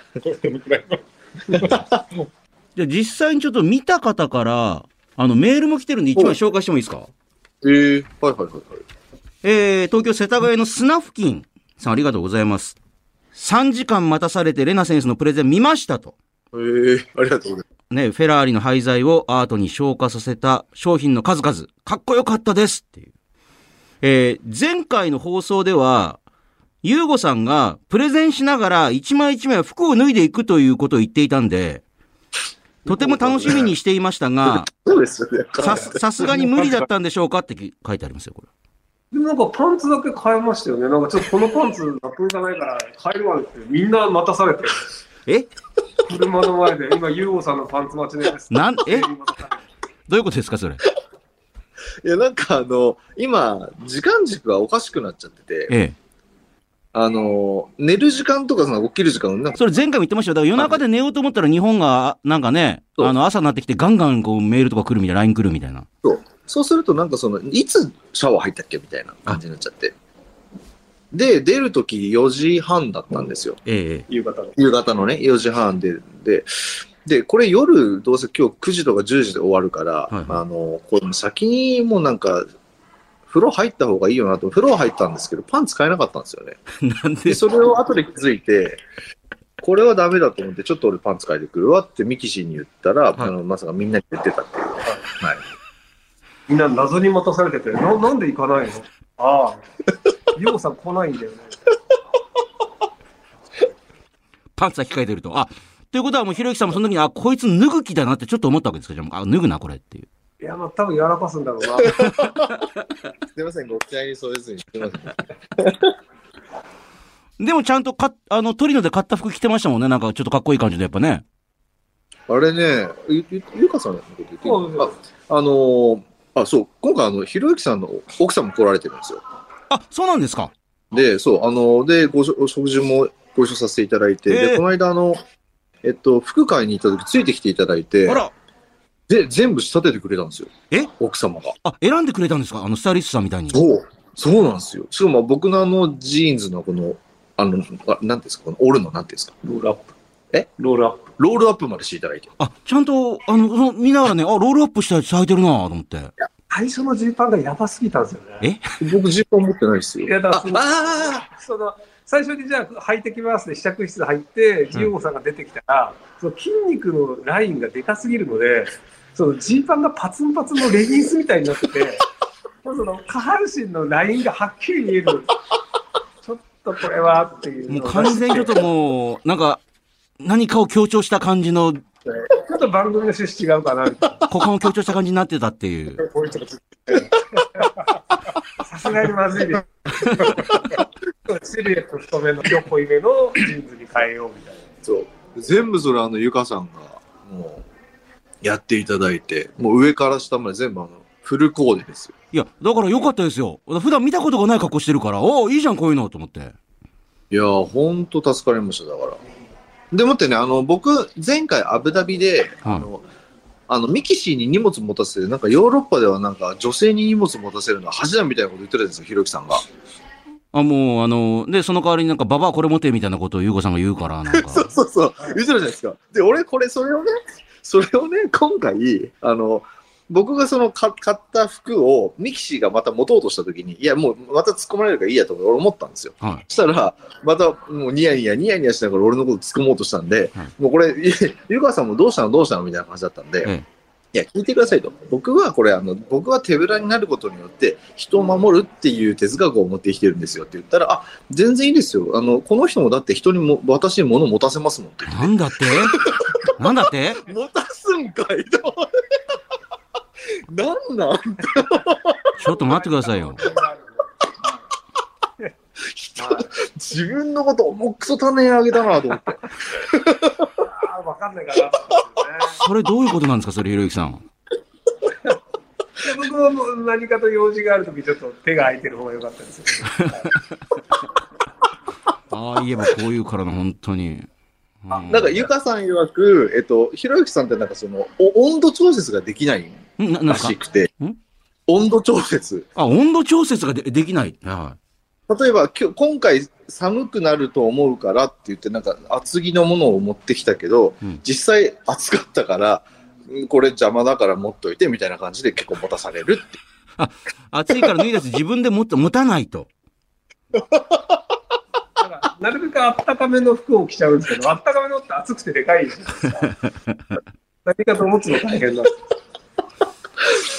じゃあ実際にちょっと見た方から、あの、メールも来てるんで一枚紹介してもいいですか？ えー、はいはいはいはい。 えー、東京世田谷のスナフキンさんありがとうございます。さんじかん待たされてレナ選手のプレゼン見ましたと。 えー、ありがとうございます。 ね、フェラーリの廃材をアートに昇華させた商品の数々、かっこよかったですっていう。えー、前回の放送では、ユーゴさんがプレゼンしながら一枚一枚服を脱いでいくということを言っていたんで、とても楽しみにしていましたが、 そうですよね。 さ、さすがに無理だったんでしょうかって書いてありますよ、これ。 でもなんかパンツだけ変えましたよね。なんかちょっとこのパンツ納得がないから変えるわってみんな待たされて。 え車の前で今、ユーゴさんのパンツ待ちです。 なん、えどういうことですか、それ。 いや、なんかあの、今、時間軸がおかしくなっちゃってて、 ええ。 あの、寝る時間とかその起きる時間なんかそれ前回も言ってましたよ。だから夜中で寝ようと思ったら日本が、なんかね、あの、朝になってきてガンガンこうメールとか来るみたいな、ライン 来るみたいな。 そう。そうするとなんかその、いつシャワー入ったっけみたいな感じになっちゃって。で、出るときよじはんだったんですよ。 ええ。 夕方の。 夕方のね、よじはんで、で、で、これ夜、どうせ今日くじとかじゅうじで終わるから、 はいはい、 あの、これ先にもうなんか、風呂入った方がいいよなと、風呂入ったんですけど、パンツ買えなかったんですよね。 なんでで、それを後で気づいて、これはダメだと思って、ちょっと俺パンツ買いてくるわってミキシーに言ったら、はい、あの、まさかみんなに言ってたっていう。はい。 みんな謎に待たされてて、な、なんで行かないの？ああ、ヨウさん来ないんだよね。 パンツは控えてると。あ、ということはもうひろゆきさんもその時に、あ、こいつ脱ぐ気だなってちょっと思ったわけですか？じゃあ、あ、脱ぐな、これっていう。 いや、まあ、多分やらかすんだろうな。 すいません、ご期待に添えずに。すいません。 でもちゃんとか、あの、トリノで買った服着てましたもんね。なんかちょっとかっこいい感じで、やっぱね。 あれね、ゆ、ゆ、ゆかさんのこと言ってるあ、あのー、あ、そう、今回あの、ひろゆきさんの奥さんも来られてるんですよ。 あ、そうなんですか。 で、そう、あの、で、ごお食事もご一緒させていただいて、えー、で、この間あの、えっと、服買いに行った時ついてきていただいて、 あら。 で、全部仕立ててくれたんですよ。 え奥様が。 あ、選んでくれたんですか？あの、スタイリストさんみたいに。 そう。そうなんですよ。しかも僕のあの、ジーンズのこの、あの、あなんですか、この折るのなんていうんですか。 ロールアップ。 えロールアップ。 ロールアップまでしていただいて。 あ、ちゃんと、あの、その見ながらね、あ、ロールアップしたやつ履いてるなと思って。いや、 最初のジーパンがやばすぎたんですよね。 え僕ジーパン持ってないですよ。 いや、だからその、 ああその、最初にじゃあ履いてきますで試着室入って、ジオゴさんが出てきたら、うん、その筋肉のラインがでかすぎるので、そのジーパンがパツンパツンのレギンスみたいになってて、その下半身のラインがはっきり見える。ちょっとこれはっていう。 もう完全にちょっともう、なんか、何かを強調した感じの。ちょっと番組の趣旨違うかなみたいな。 股間を強調した感じになってたっていう。 さすがにまずいです。シルエット太めのよっこいめのジーンズに変えようみたいな。 そう。全部それあの、ゆかさんが、もう、 やっていただいて、もう上から下まで全部あの、フルコーデですよ。 いや、だから良かったですよ。普段見たことがない格好してるから、おお、いいじゃん、こういうの、と思って。 いやー、ほんと助かりました、だから。でもってね、あの、僕、前回アブダビで、 はい、 あの、あの、ミキシーに荷物持たせて、なんかヨーロッパではなんか女性に荷物持たせるのは恥だみたいなこと言ってるんですよ、ひろゆきさんが。 あ、もう、あの、で、その代わりになんか、ババアこれ持てみたいなことをゆうごさんが言うから、なんか。 そうそうそう、言ってるじゃないですか。で、俺、これ、それをね、それをね、今回、あの、僕がその買った服をミキシーがまた持とうとしたときに、いや、もうまた突っ込まれるからいいやと俺思ったんですよ。 はい、 そしたら、またもうニヤニヤ、ニヤニヤしながら俺のこと突っ込もうとしたんで、 はい、 もうこれ、ゆかさんもどうしたのどうしたのみたいな感じだったんで、ええ、いや、聞いてくださいと。僕はこれ、あの、僕は手ぶらになることによって、人を守るっていう哲学を持ってきてるんですよって言ったら、あ、全然いいですよ。あの、この人もだって人にも、私に物を持たせますもんって言って。 なんだってなんだって持たすんかいと。なんなんちょっと待ってくださいよ。 自分のこと重くそ種あげたなと思って。 ああ、わかんないかな。 それどういうことなんですか、それ、ひろゆきさん。 僕も何かと用事があるとき、ちょっと手が空いてる方が良かったですよ。 ああ、言えばこういうからの、本当に。 うん、なんか、ゆかさん曰く、えっと、ひろゆきさんってなんかその、温度調節ができないらしくて、温度調節。 あ、温度調節が で, できない。はい。 例えば、今日、今回寒くなると思うからって言って、なんか厚着のものを持ってきたけど、うん、実際暑かったから、これ邪魔だから持っといてみたいな感じで結構持たされるって。 あ、暑いから脱いだし自分で持って持たないと。 なるべくあったかめの服を着ちゃうんですけど、あったかめのって暑くてでかいじゃないですか。何かと持つの大変なんです。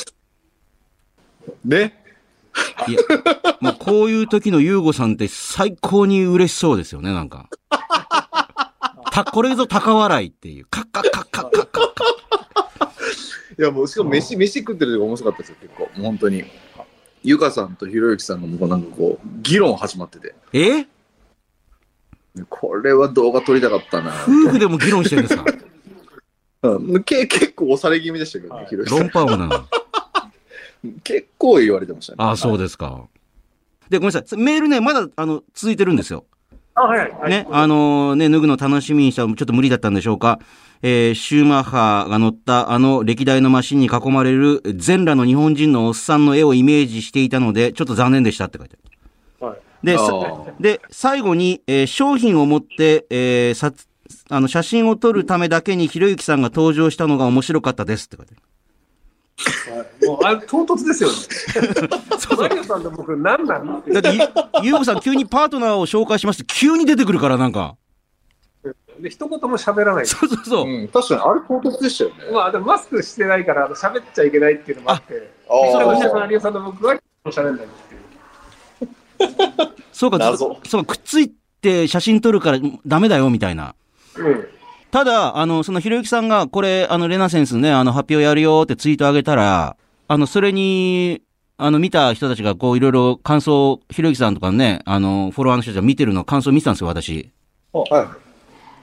ね。 いや、もうこういう時のゆうごさんって最高に嬉しそうですよね、なんか。た、これぞ高笑いっていう。カッカッカッカッカッカッカッ。 いや、もうしかも飯、飯食ってる時面白かったですよ、結構。もう本当に。ゆかさんとひろゆきさんがもうなんかこう、議論始まってて。 えこれは動画撮りたかったな。 夫婦でも議論してるんですか？ うん、け結構押され気味でしたけどね、ひろゆきさん。 論破王なの。 結構言われてましたね。 ああ、そうですか。で、ごめんなさい。メールね、まだ、あの、続いてるんですよ。 あ、はいはい。 ね、あのー、ね、脱ぐの楽しみにしたらちょっと無理だったんでしょうか。えー、シューマッハが乗ったあの歴代のマシンに囲まれる全裸の日本人のおっさんの絵をイメージしていたので、ちょっと残念でしたって書いてある。はい。で、で、最後に、えー、商品を持って、えー、さ、あの、写真を撮るためだけにひろゆきさんが登場したのが面白かったですって書いてある。 もうあれ唐突ですよね。そうマリオさんと僕何なんだってゆうごさん急にパートナーを紹介しますって急に出てくるからなんかで一言も喋らない。 そうそうそう、 うん、確かにあれ唐突でしたよね。 まあでもマスクしてないから喋っちゃいけないっていうのもあって、それはみんなマリオさんと僕は喋らないっていう。 そうか、そうか、くっついて写真撮るからダメだよみたいな。 うん。 ただ、あの、そのひろゆきさんが、これ、あの、レナセンスね、あの、発表やるよってツイートあげたら、あの、それに、あの、見た人たちが、こう、いろいろ感想、ひろゆきさんとかね、あの、フォロワーの人たちが見てるの、感想見てたんですよ、私。 はい。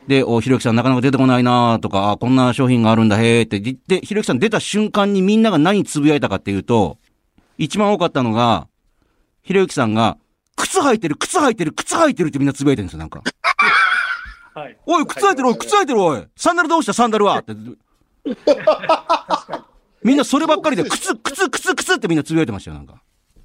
で、お、ひろゆきさんなかなか出てこないなとか、あ、こんな商品があるんだ、へーって言って、ひろゆきさん出た瞬間にみんなが何つぶやいたかっていうと、一番多かったのが、ひろゆきさんが、靴履いてる、靴履いてる、靴履いてるってみんなつぶやいてるんですよ、なんか。はい、おい、靴履いてる、おい、靴履いてる、おい。サンダルどうした、サンダルはって。みんなそればっかりで、靴、靴、靴、靴ってみんなつぶやいてましたよ、なんか。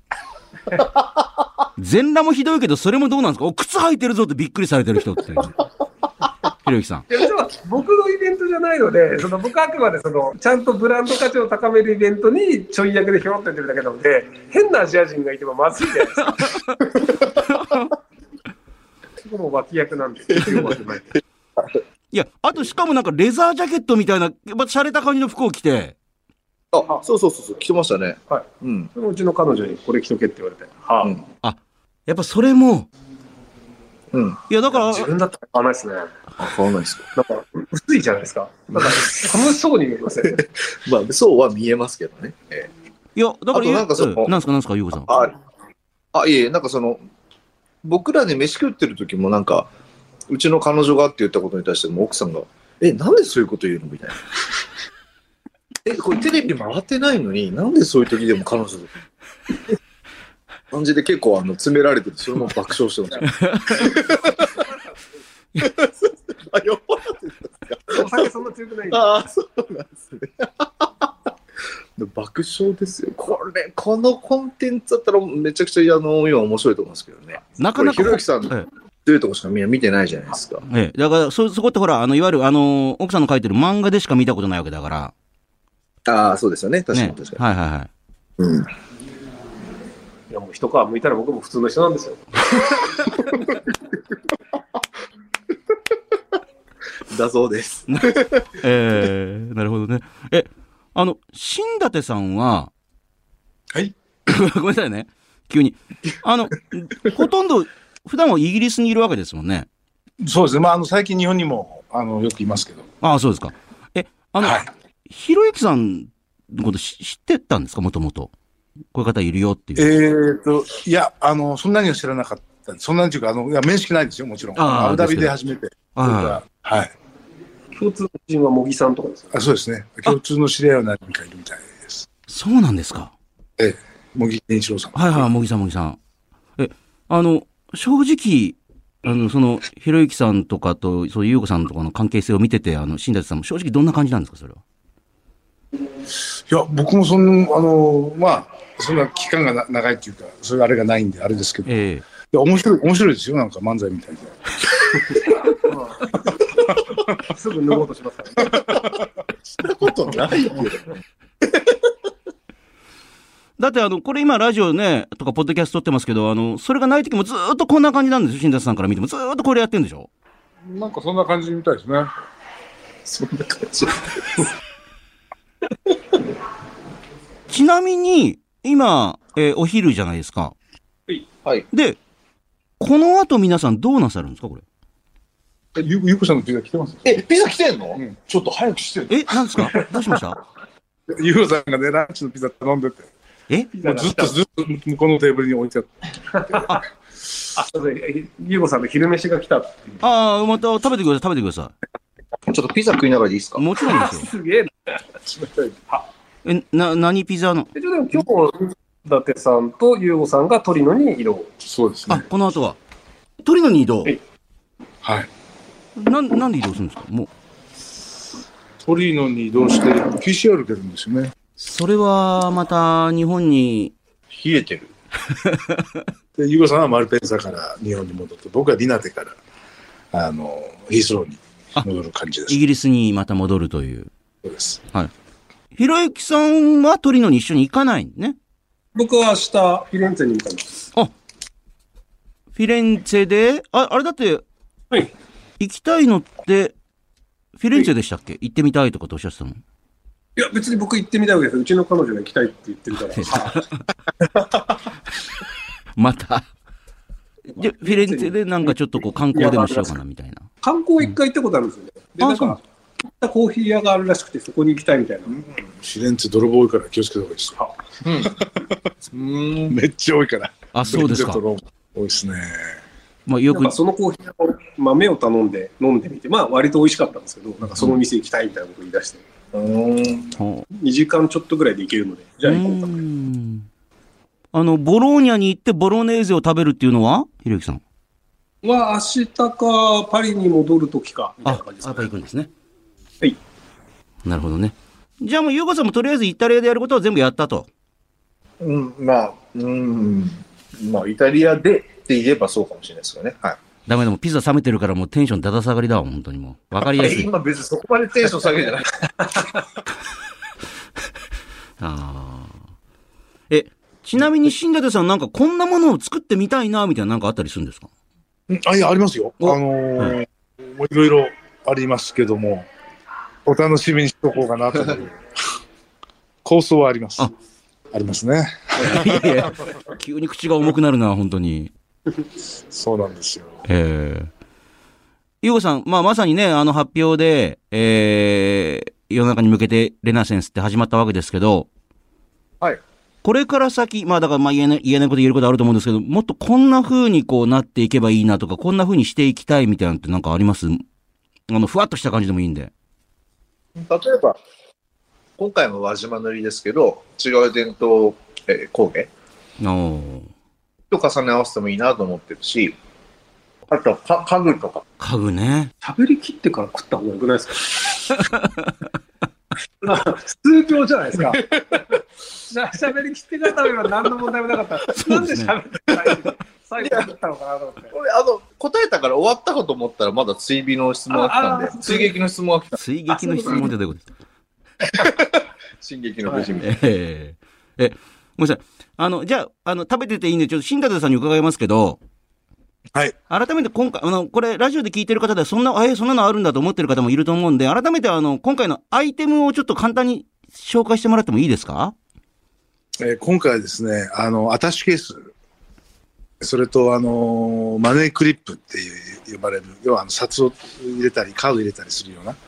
全裸もひどいけど、それもどうなんですか？お、靴履いてるぞってびっくりされてる人って。ひろゆきさん。 いや、僕のイベントじゃないので、その僕はあくまでその、ちゃんとブランド価値を高めるイベントにちょい役でひょろって出るだけなので、変なアジア人がいてもまずいじゃないですか。もう脇役なんで。 いや、あとしかもなんかレザージャケットみたいな、また洒落た感じの服を着て。 あ、そうそうそうそう、着てましたね。 はい。うん。うちの彼女にこれ着とけって言われて。はあ。うん、 あ、やっぱそれも。 うん。 いや、だから。 自分だったら買わないですね。 買わないですか。 なんか、薄いじゃないですか。なんか、寒そうに見えません。 まあ、そうは見えますけどね。ええ、いや、だから、 なんかその、 なんすかなんすか、ゆうこさん。 あ、あ、いえ、なんかその、僕らで飯食ってる時もなんか、うちの彼女がって言ったことに対しても奥さんが、え、なんでそういうこと言うのみたいな。 え、これテレビ回ってないのに、なんでそういう時でも彼女と感じで結構あの詰められてて、それも爆笑してました。あ、酔っ払ってるんですか。 お酒そんな強くないんで。 ああ、そうなんですね。爆笑ですよ。これ、このコンテンツだったらめちゃくちゃあの、今面白いと思うんですけどね。 なかなか。 ひろゆきさん、 ええ、 どういうとこしかみんな見てないじゃないですか。 ええ、だからそ、そこってほら、あの、いわゆるあの、奥さんの書いてる漫画でしか見たことないわけだから。 ああ、そうですよね。確かにね、 確かに。 はいはいはい。 うん。 いやもう一皮むいたら僕も普通の人なんですよ。 だそうです。 えー、なるほどね。え、あの、新舘さんは、 はい。 ごめんなさいね。急に。あの、ほとんど、普段はイギリスにいるわけですもんね。 そうですね。まあ、あの、最近日本にも、あの、よくいますけど。 ああ、そうですか。え、あの、 はい。 ひろゆきさんのこと知知ってたんですか、もともと。こういう方いるよっていう。 えーと、いや、あの、そんなには知らなかった。そんなにというか、あの、いや、面識ないですよ、もちろん。 あーアブダビで初めて。 ははい。 共通の知人は茂木さんとかですよ。 あ、そうですね。共通の知り合いは何人かいるみたいです。 そうなんですか。 ええ。茂木健一郎さん。 はいはい、茂木さん、茂木さん。え、あの、正直、あの、その、ひろゆきさんとかと、そういうゆうこさんとかの関係性を見てて、あの、新舘さんも正直どんな感じなんですか、それは。 いや、僕もその、あの、まあ、そんな期間がな長いっていうか、そういうあれがないんで、あれですけど。 ええ。 いや、面白い、面白いですよ、なんか漫才みたいで。 すぐ脱ごうとしますからね。 そんなことないよ。 だってあの、これ今ラジオね、とかポッドキャスト撮ってますけど、あの、それがない時もずーっとこんな感じなんですよ、新舘さんから見ても。ずーっとこれやってるんでしょ？ なんかそんな感じみたいですね。 そんな感じ。 ちなみに、今、えーお昼じゃないですか。 はい。 で、この後皆さんどうなさるんですか、これ。 えゆ、ゆうこさんのピザ来てますえ、ピザ来てんの？ うん。ちょっと早くして。 え、なんですか？どうしました？ ゆうこさんがね、ランチのピザ頼んでて。 えもうずっとずっと向こうのテーブルに置いてあって。 あ、そうですゆうごさんの昼飯が来たっていう。 ああ、また食べてください、食べてくださちょっとピザ食いながらでいいですか？ い。もちろんですよ。 すげえな。 え、な、何ピザの？ でも今日、伊達さんとゆうごさんがトリノに移動。 そうですね。 あ、この後は。トリノに移動。 はいはい。 なん、なんで移動するんですか？もう。 トリノに移動して ピーシーアール 受けるんですよね。 それは、また、日本に。 冷えてる。 で、ユーゴさんはマルペンサから日本に戻って、僕はディナテから、あの、ヒースローに戻る感じです。 イギリスにまた戻るという。 そうです。 はい。ひろゆきさんはトリノに一緒に行かないね。 僕は明日、フィレンツェに向かいます。 あ、フィレンツェで、あ、あれだって、 はい。 行きたいのって、フィレンツェでしたっけ？行ってみたいとかとおっしゃってたの？ いや、別に僕行ってみたいわけです。うちの彼女が行きたいって言ってるから。 また。じゃ、フィレンツェでなんかちょっとこう観光でもしようかなみたいな。 観光一回行ったことあるんですよね。で、なんあそうなんか、行ったコーヒー屋があるらしくて、そこに行きたいみたいな。 フィレンツェ泥棒多いから気をつけた方がいいですよ。 うん。 めっちゃ多いから。 あ、そうですかフィ。レンツェ泥棒多いですね。 まあよくなんか、そのコーヒー屋の豆を頼んで飲んでみて、まあ割と美味しかったんですけど、なんかその店行きたいみたいなことを言い出して、 うん。 ほうにじかんちょっとぐらいで行けるので、じゃあ行こうかうーな。 んあの、ボローニャに行ってボロネーゼを食べるっていうのはひろゆきさん。 は、明日かパリに戻るときか、みたいあな感じ、ですやっぱかね。 行くんですね。 はい。 なるほどね。じゃあもう、ゆうこさんもとりあえずイタリアでやることは全部やったと。 うん、まあ、うん。まあ、イタリアでって言えばそうかもしれないですよね。はい。 ダメだもうピザ冷めてるからもうテンションだだ下がりだわ、本当にもう。わかりやすえい。 今別にそこまでテンション下げるじゃない。 あーえ、ちなみに新舘さんなんかこんなものを作ってみたいな、みたいななんかあったりするんですか？ うんあ、いや、ありますよ。あおのーもういろいろありますけども、お楽しみにしとこうかなという構想はあります。 あありますね。 いやいや、急に口が重くなるな、本当に。 そうなんですよ。 ええゆうこさん、まあまさにね、あの発表で、えー、世の中に向けてレナセンスって始まったわけですけど、 はい。 これから先、まあだからまあ言えない、言えないこと言えることあると思うんですけど、もっとこんな風にこうなっていけばいいなとか、こんな風にしていきたいみたいなのってなんかあります？あの、ふわっとした感じでもいいんで。 例えば、 今回も輪島塗りですけど、違う伝統、えー工芸おと重ね合わせてもいいなと思ってるし、あとか家具とか。 家具ね。 喋り切ってから食った方がよくないですか数秒じゃないですか。喋り切ってから食べれば何の問題もなかった。なんで喋ってないの最後食ったのかなと思って。 これ、あの、答えたから終わったかと思ったら、まだ追尾の質問が来たんで、追撃の質問が来た。 追撃の質問ってどういうことですか？ 進撃の富士みたいな。 えええ、ごめんなさい。あの、じゃあ、あの、食べてていいんで、ちょっと新舘さんに伺いますけど、 はい。 改めて今回、あの、これ、ラジオで聞いてる方で、そんな、あえ、そんなのあるんだと思ってる方もいると思うんで、改めて、あの、今回のアイテムをちょっと簡単に紹介してもらってもいいですか？ えー今回はですね、あの、アタッシュケース、それと、あの、マネークリップっていう呼ばれる、要は、あの、札を入れたり、カード入れたりするような。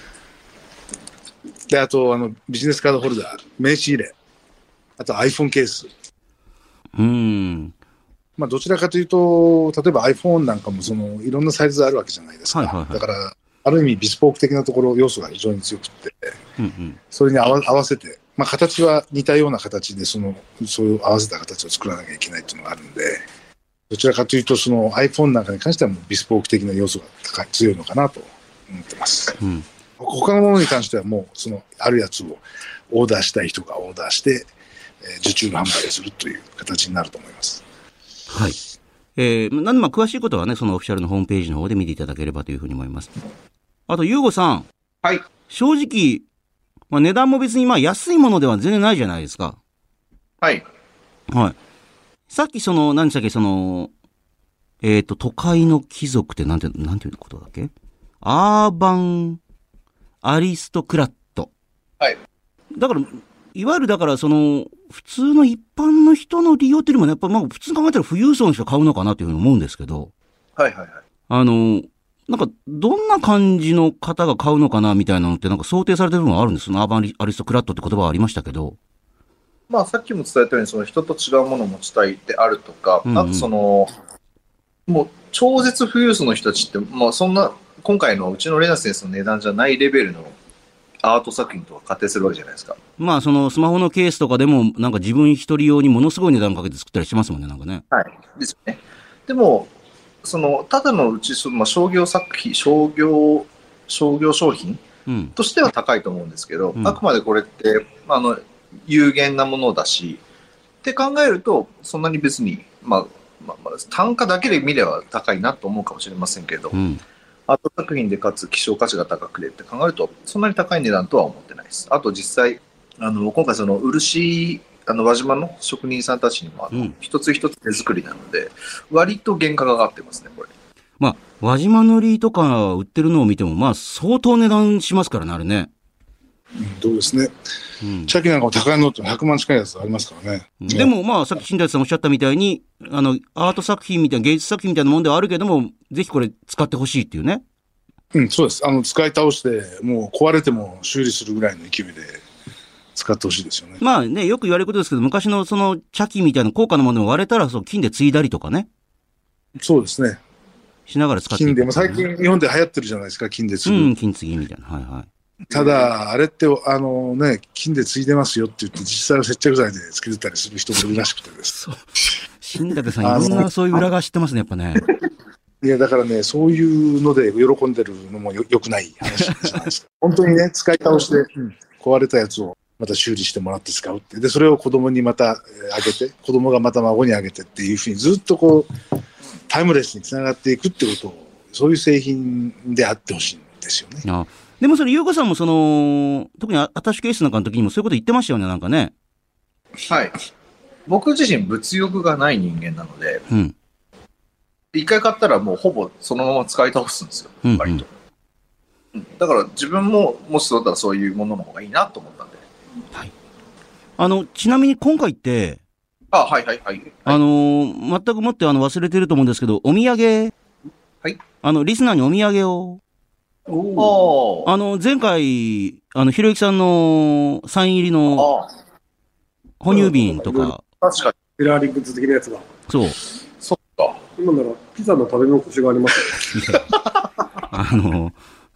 で、あと、あの、ビジネスカードホルダー、名刺入れ、あと iPhone ケース。 うーん。 まあ、どちらかというと、例えば iPhone なんかも、その、いろんなサイズあるわけじゃないですか。 はいはいはいだから、ある意味、ビスポーク的なところ、要素が非常に強くて、 うんうん。 それに合わ合わせて、まあ、形は似たような形で、その、そういう合わせた形を作らなきゃいけないっていうのがあるんで、どちらかというと、その iPhone なんかに関してはもうビスポーク的な要素が高い、強いのかなと思ってます。 うん。 他のものに関してはもう、その、あるやつをオーダーしたい人がオーダーして、えー受注の販売をするという形になると思います。 はい。えー、なんでまあ詳しいことはね、そのオフィシャルのホームページの方で見ていただければというふうに思います。あと、ゆうごさん。 はい。 正直、まあ値段も別にまあ安いものでは全然ないじゃないですか。 はい。 はい。さっきその、何でしたっけ、その、えっ、と、都会の貴族ってなんて、なんていうことだっけ？アーバンアリストクラット。 はい。 だから、いわゆるだからその、普通の一般の人の利用っていうよりもね、やっぱまあ普通に考えたら富裕層の人が買うのかなというふうに思うんですけど、 はいはいはい。 あの、なんか、どんな感じの方が買うのかなみたいなのってなんか想定されてるのがあるんですよ。アーバンアリストクラットって言葉はありましたけど。 まあ、さっきも伝えたように、その人と違うものを持ちたいであるとか、 うんうんあとその、もう超絶富裕層の人たちって、まあ、そんな、今回のうちのレナセンスの値段じゃないレベルのアート作品とか仮定するわけじゃないですか。 まあ、そのスマホのケースとかでも、なんか自分一人用にものすごい値段かけて作ったりしますもんね、なんかね。 はい。ですよね。でも、その、ただのうち、そのまあ、商業作品、商業、商業商品うん。 としては高いと思うんですけど、 うんあくまでこれって、まああの、有限なものだし、って考えると、そんなに別に、まあ、まあ、まあ単価だけで見れば高いなと思うかもしれませんけど、 うん。 アート作品でかつ希少価値が高くてって考えると、そんなに高い値段とは思ってないです。あと実際、あの、今回その漆、あの、輪島の職人さんたちにも、あの、 うん一つ一つ手作りなので、割と原価が上がってますね、これ。 まあ、輪島塗りとか売ってるのを見ても、まあ、相当値段しますからね、あれね。 うん、どうですね。 うん。 チャキなんかも高いのってひゃくまん近いやつありますからね。 でも、まあ、さっき新谷さんおっしゃったみたいに、あの、アート作品みたいな、芸術作品みたいなもんではあるけども、ぜひこれ使ってほしいっていうね。 うん、そうです。あの、使い倒して、もう壊れても修理するぐらいの勢いで使ってほしいですよね。 まあね、よく言われることですけど、昔のその、茶器みたいな高価なものが割れたら、そう、金で継いだりとかね、 そうですね。 しながら使っていく金で、も最近日本で流行ってるじゃないですか、金で継ぐ。 うん、金継ぎみたいな。はいはい。 ただ、あれって、あのね、金で継いでますよって言って、実際は接着剤でつけてたりする人もいるらしくてです。 そう。新舘さん、いろんなそういう裏側知ってますね、やっぱね。 いや、だからね、そういうので喜んでるのもよよくない話じゃないですか。本当にね、使い倒して、壊れたやつをまた修理してもらって使うって。で、それを子供にまたえーあげて、子供がまた孫にあげてっていうふうにずっとこう、タイムレスにつながっていくってことを、そういう製品であってほしいんですよね。 あでもそれ、ゆうこさんもその、特にアタッシュケースなんかの時にもそういうこと言ってましたよね、なんかね。 はい。僕自身物欲がない人間なので、 うん。 一回買ったらもうほぼそのまま使い倒すんですよ、 うんうん割と。うんだから自分ももしそうだったらそういうものの方がいいなと思ったんで。 あの、ちなみに今回って、 あ、はいはいはい。 あのー全くもってあの忘れてると思うんですけど、お土産、 はい。 あの、リスナーにお土産を、 おー。 あの、前回、あの、ひろゆきさんのサイン入りのあ哺乳瓶とか、 確かに。 フェラーリグッズ的なやつが。 そう、 そっか。 今ならピザの食べ残しがありますよ。 あの、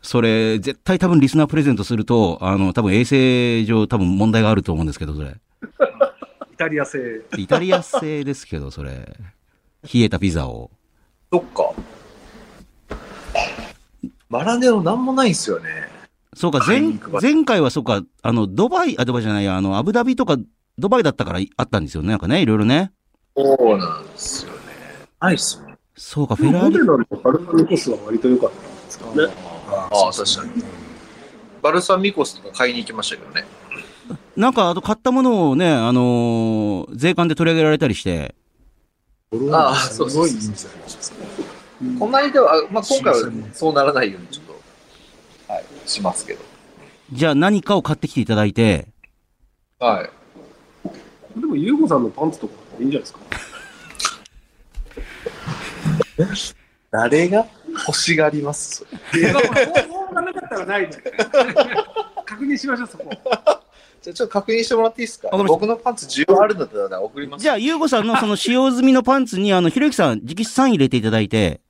それ、絶対多分リスナープレゼントすると、あの、多分衛生上多分問題があると思うんですけど、それ。 イタリア製。 イタリア製ですけど、それ。冷えたピザを。 そっか。マラネロなんもないんすよね。 そうか、前、前回はそうか、あの、ドバイ、あ、ドバイじゃないや、あの、アブダビとか、ドバイだったからあったんですよね、なんかね、いろいろね。 そうなんですよね。ないっすね。 そうか、フェラーリ。 モデナのバルサミコ酢は割と良かったんですかね。 ああ、確かに。バルサミコ酢とか買いに行きましたけどね。 なんか、あと買ったものをね、あのー、税関で取り上げられたりして。 ああ、そうそうそうそう。この間は、まあ、今回はそうならないようにちょっと、はい、しますけど。 じゃあ何かを買ってきていただいて。 はい。 でも、ユーゴさんのパンツとかいいんじゃないですか。 誰が欲しがりますそれ。 いや、方法がなかったらないで。確認しましょう、そこ。 じゃあちょっと確認してもらっていいですか。僕のパンツ需要あるんだったら送ります。 じゃあ、ゆうごさんのその使用済みのパンツに、あの、ひろゆきさん、直筆サイン入れていただいて、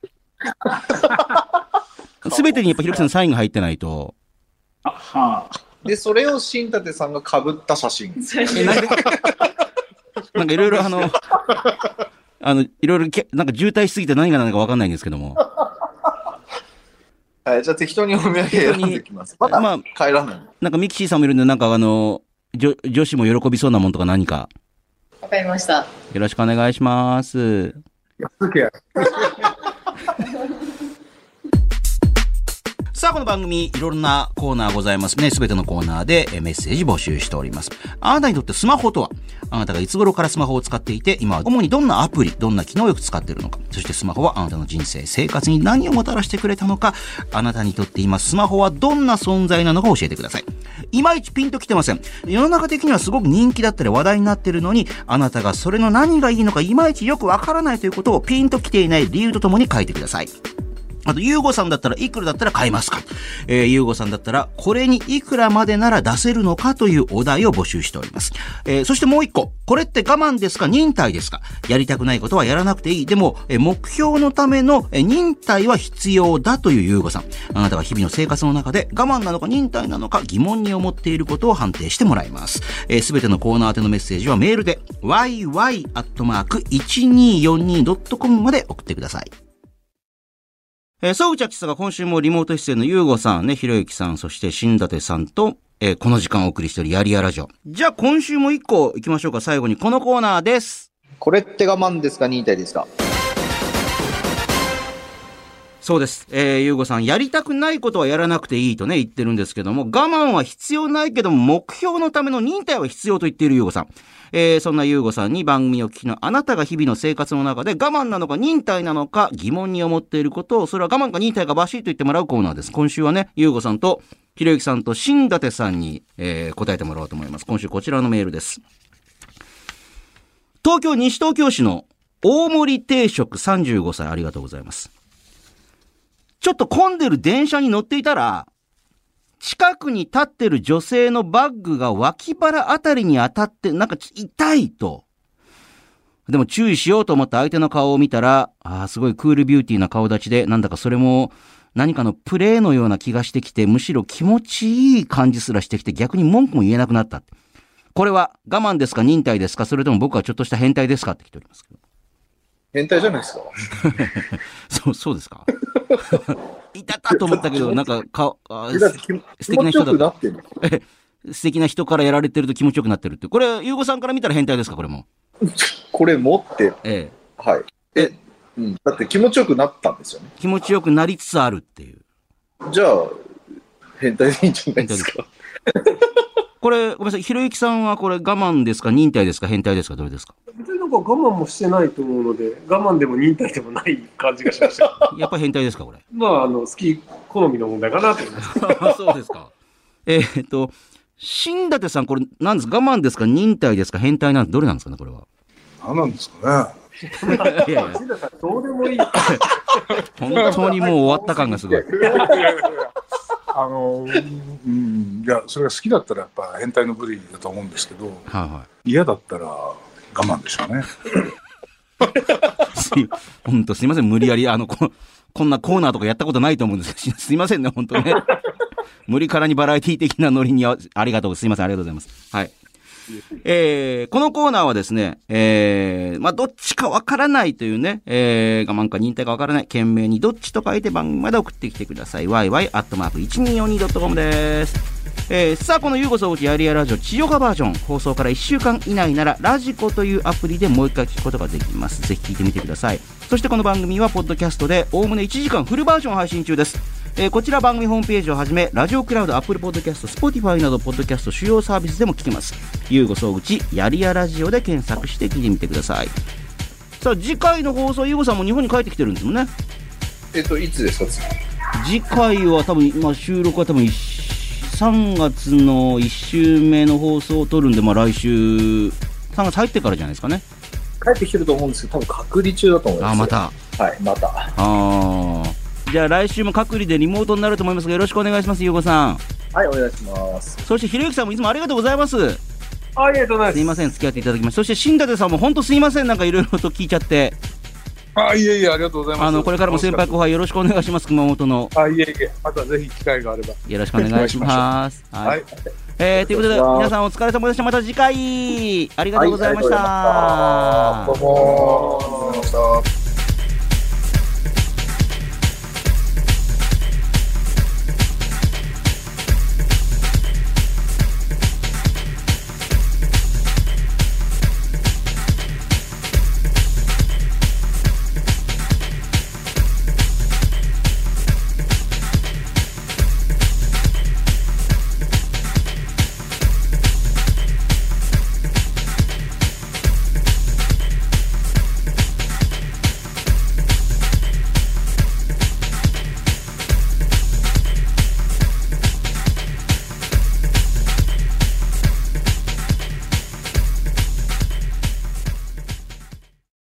すべてにやっぱひろゆきさんのサインが入ってないと。 あ、はあ。 で、それを新舘さんが被った写真。 え、なんでなんかいろいろあの、あの、いろいろ、なんか渋滞しすぎて何が何だかわかんないんですけども。 はい、じゃあ適当にお土産選んできます。まだ帰らない。 なんかミキシーさんもいるんで、なんかあの、女、女子も喜びそうなもんとか何か。 わかりました。 よろしくお願いします。さあ、この番組、いろいろなコーナーございますね。すべてのコーナーでメッセージ募集しております。あなたにとってスマホとは、あなたがいつ頃からスマホを使っていて、今は主にどんなアプリ、どんな機能をよく使っているのか、そしてスマホはあなたの人生、生活に何をもたらしてくれたのか、あなたにとって今スマホはどんな存在なのか教えてください。いまいちピンときてません。世の中的にはすごく人気だったり話題になっているのに、あなたがそれの何がいいのかいまいちよくわからないということをピンときていない理由とともに書いてください。あと、ゆうごさんだったらいくらだったら買えますか、えー、ゆうごさんだったらこれにいくらまでなら出せるのかというお題を募集しております。えー、そしてもう一個。これって我慢ですか忍耐ですか。やりたくないことはやらなくていい。でも、えー、目標のための、えー、忍耐は必要だというゆうごさん。あなたが日々の生活の中で我慢なのか忍耐なのか疑問に思っていることを判定してもらいます。えー、すべてのコーナー宛てのメッセージはメールで ワイワイアットマークいちにーよんにードットコム まで送ってください。えー、総口秋さんが今週もリモート出演のゆうごさんね、ひろゆきさん、そして新舘さんと、えー、この時間お送りしているやりやラジオ。じゃあ今週も一個行きましょうか。最後にこのコーナーです。 これって我慢ですか忍耐ですか。 そうです。えー、ゆうごさん、やりたくないことはやらなくていいとね、言ってるんですけども、我慢は必要ないけども、目標のための忍耐は必要と言っているゆうごさん。えー、そんなゆうごさんに番組を聞きのあなたが日々の生活の中で我慢なのか忍耐なのか疑問に思っていることを、それは我慢か忍耐かバシッと言ってもらうコーナーです。今週はね、ゆうごさんとひろゆきさんと新舘さんに、えー、答えてもらおうと思います。今週こちらのメールです。東京西東京市の大森定食さんじゅうごさい、ありがとうございます。ちょっと混んでる電車に乗っていたら、近くに立ってる女性のバッグが脇腹あたりに当たって、なんか痛いと。でも注意しようと思って相手の顔を見たら、ああ、すごいクールビューティーな顔立ちで、なんだかそれも何かのプレーのような気がしてきて、むしろ気持ちいい感じすらしてきて、逆に文句も言えなくなった。これは我慢ですか忍耐ですか、それとも僕はちょっとした変態ですかって来ておりますけど。 変態じゃないですか。 そう、そうですか。いたたと思ったけど、なんか、か、あ素敵な人だった。素敵な人からやられてると気持ちよくなってるって。これ、ゆうごさんから見たら変態ですか、これも。 これ持って、 ええ。 はい。え、うん。だって気持ちよくなったんですよね。 気持ちよくなりつつあるっていう。 じゃあ、変態でいいんじゃないですか。 これ、ごめんなさい、ひろゆきさんはこれ我慢ですか忍耐ですか変態ですかどれですか。 別になんか我慢もしてないと思うので、我慢でも忍耐でもない感じがしました。 やっぱ変態ですかこれ。 まあ、あの、好き、好みの問題かなと思います。 そうですか。えー、っと、新舘さん、これ何ですか我慢ですか忍耐ですか変態なんてどれなんですかねこれは。 何なんですかね。 いやいや、新舘さん、どうでもいい。 本当にもう終わった感がすごい。 あのうん、いや、それが好きだったらやっぱ変態の部類だと思うんですけど、はいはい、嫌だったら我慢でしょうね。 本当すいません、無理やり、あの、ここんなコーナーとかやったことないと思うんですけど、すいませんね、本当ね。無理からにバラエティ的なノリにありがとう、すいません、ありがとうございます。はい。えー、このコーナーはですね、えー、まあ、どっちかわからないというね、えー、我慢か忍耐かわからない、懸命にどっちと書いて番組まで送ってきてください。ワイワイアットマークいちにーよんにードットコム です。えー、さあ、このゆうご総口やりやラジオ地上波バージョン、放送からいっしゅうかん以内なら、ラジコというアプリでもう一回聞くことができます。ぜひ聞いてみてください。そしてこの番組は、ポッドキャストで、おおむねいちじかんフルバージョン配信中です。えー、こちら番組ホームページをはじめ、ラジオクラウド、アップルポッドキャスト、スポティファイなど、ポッドキャスト主要サービスでも聞けます。ゆうご総口やりやラジオで検索して聞いてみてください。さあ、次回の放送、ゆうごさんも日本に帰ってきてるんですもんね。 えっと、いつですか？ 次回は多分、まあ、収録は多分さんがつのいっ週目の放送を撮るんで、まあ、来週さんがつ入ってからじゃないですかね。 帰ってきてると思うんですけど、多分隔離中だと思います。 あ、また。 はい、また。 ああ。じゃあ来週も隔離でリモートになると思いますが、よろしくお願いします、ゆうごさん。 はい、お願いします。 そしてひろゆきさんもいつもありがとうございます。 ありがとうございます。 すいません、付き合っていただきまして。そして新舘さんも本当すいません、なんかいろいろと聞いちゃって。 あ、いえいえ、ありがとうございます。 あのこれからも先輩後輩よろしくお願いします、熊本の。 あ、いえいえ、またぜひ機会があればよろしくお願いします。はい、はい、えー、ということで皆さんお疲れ様でした。また次回ありがとうございました。 はい、どうもありがとうございました。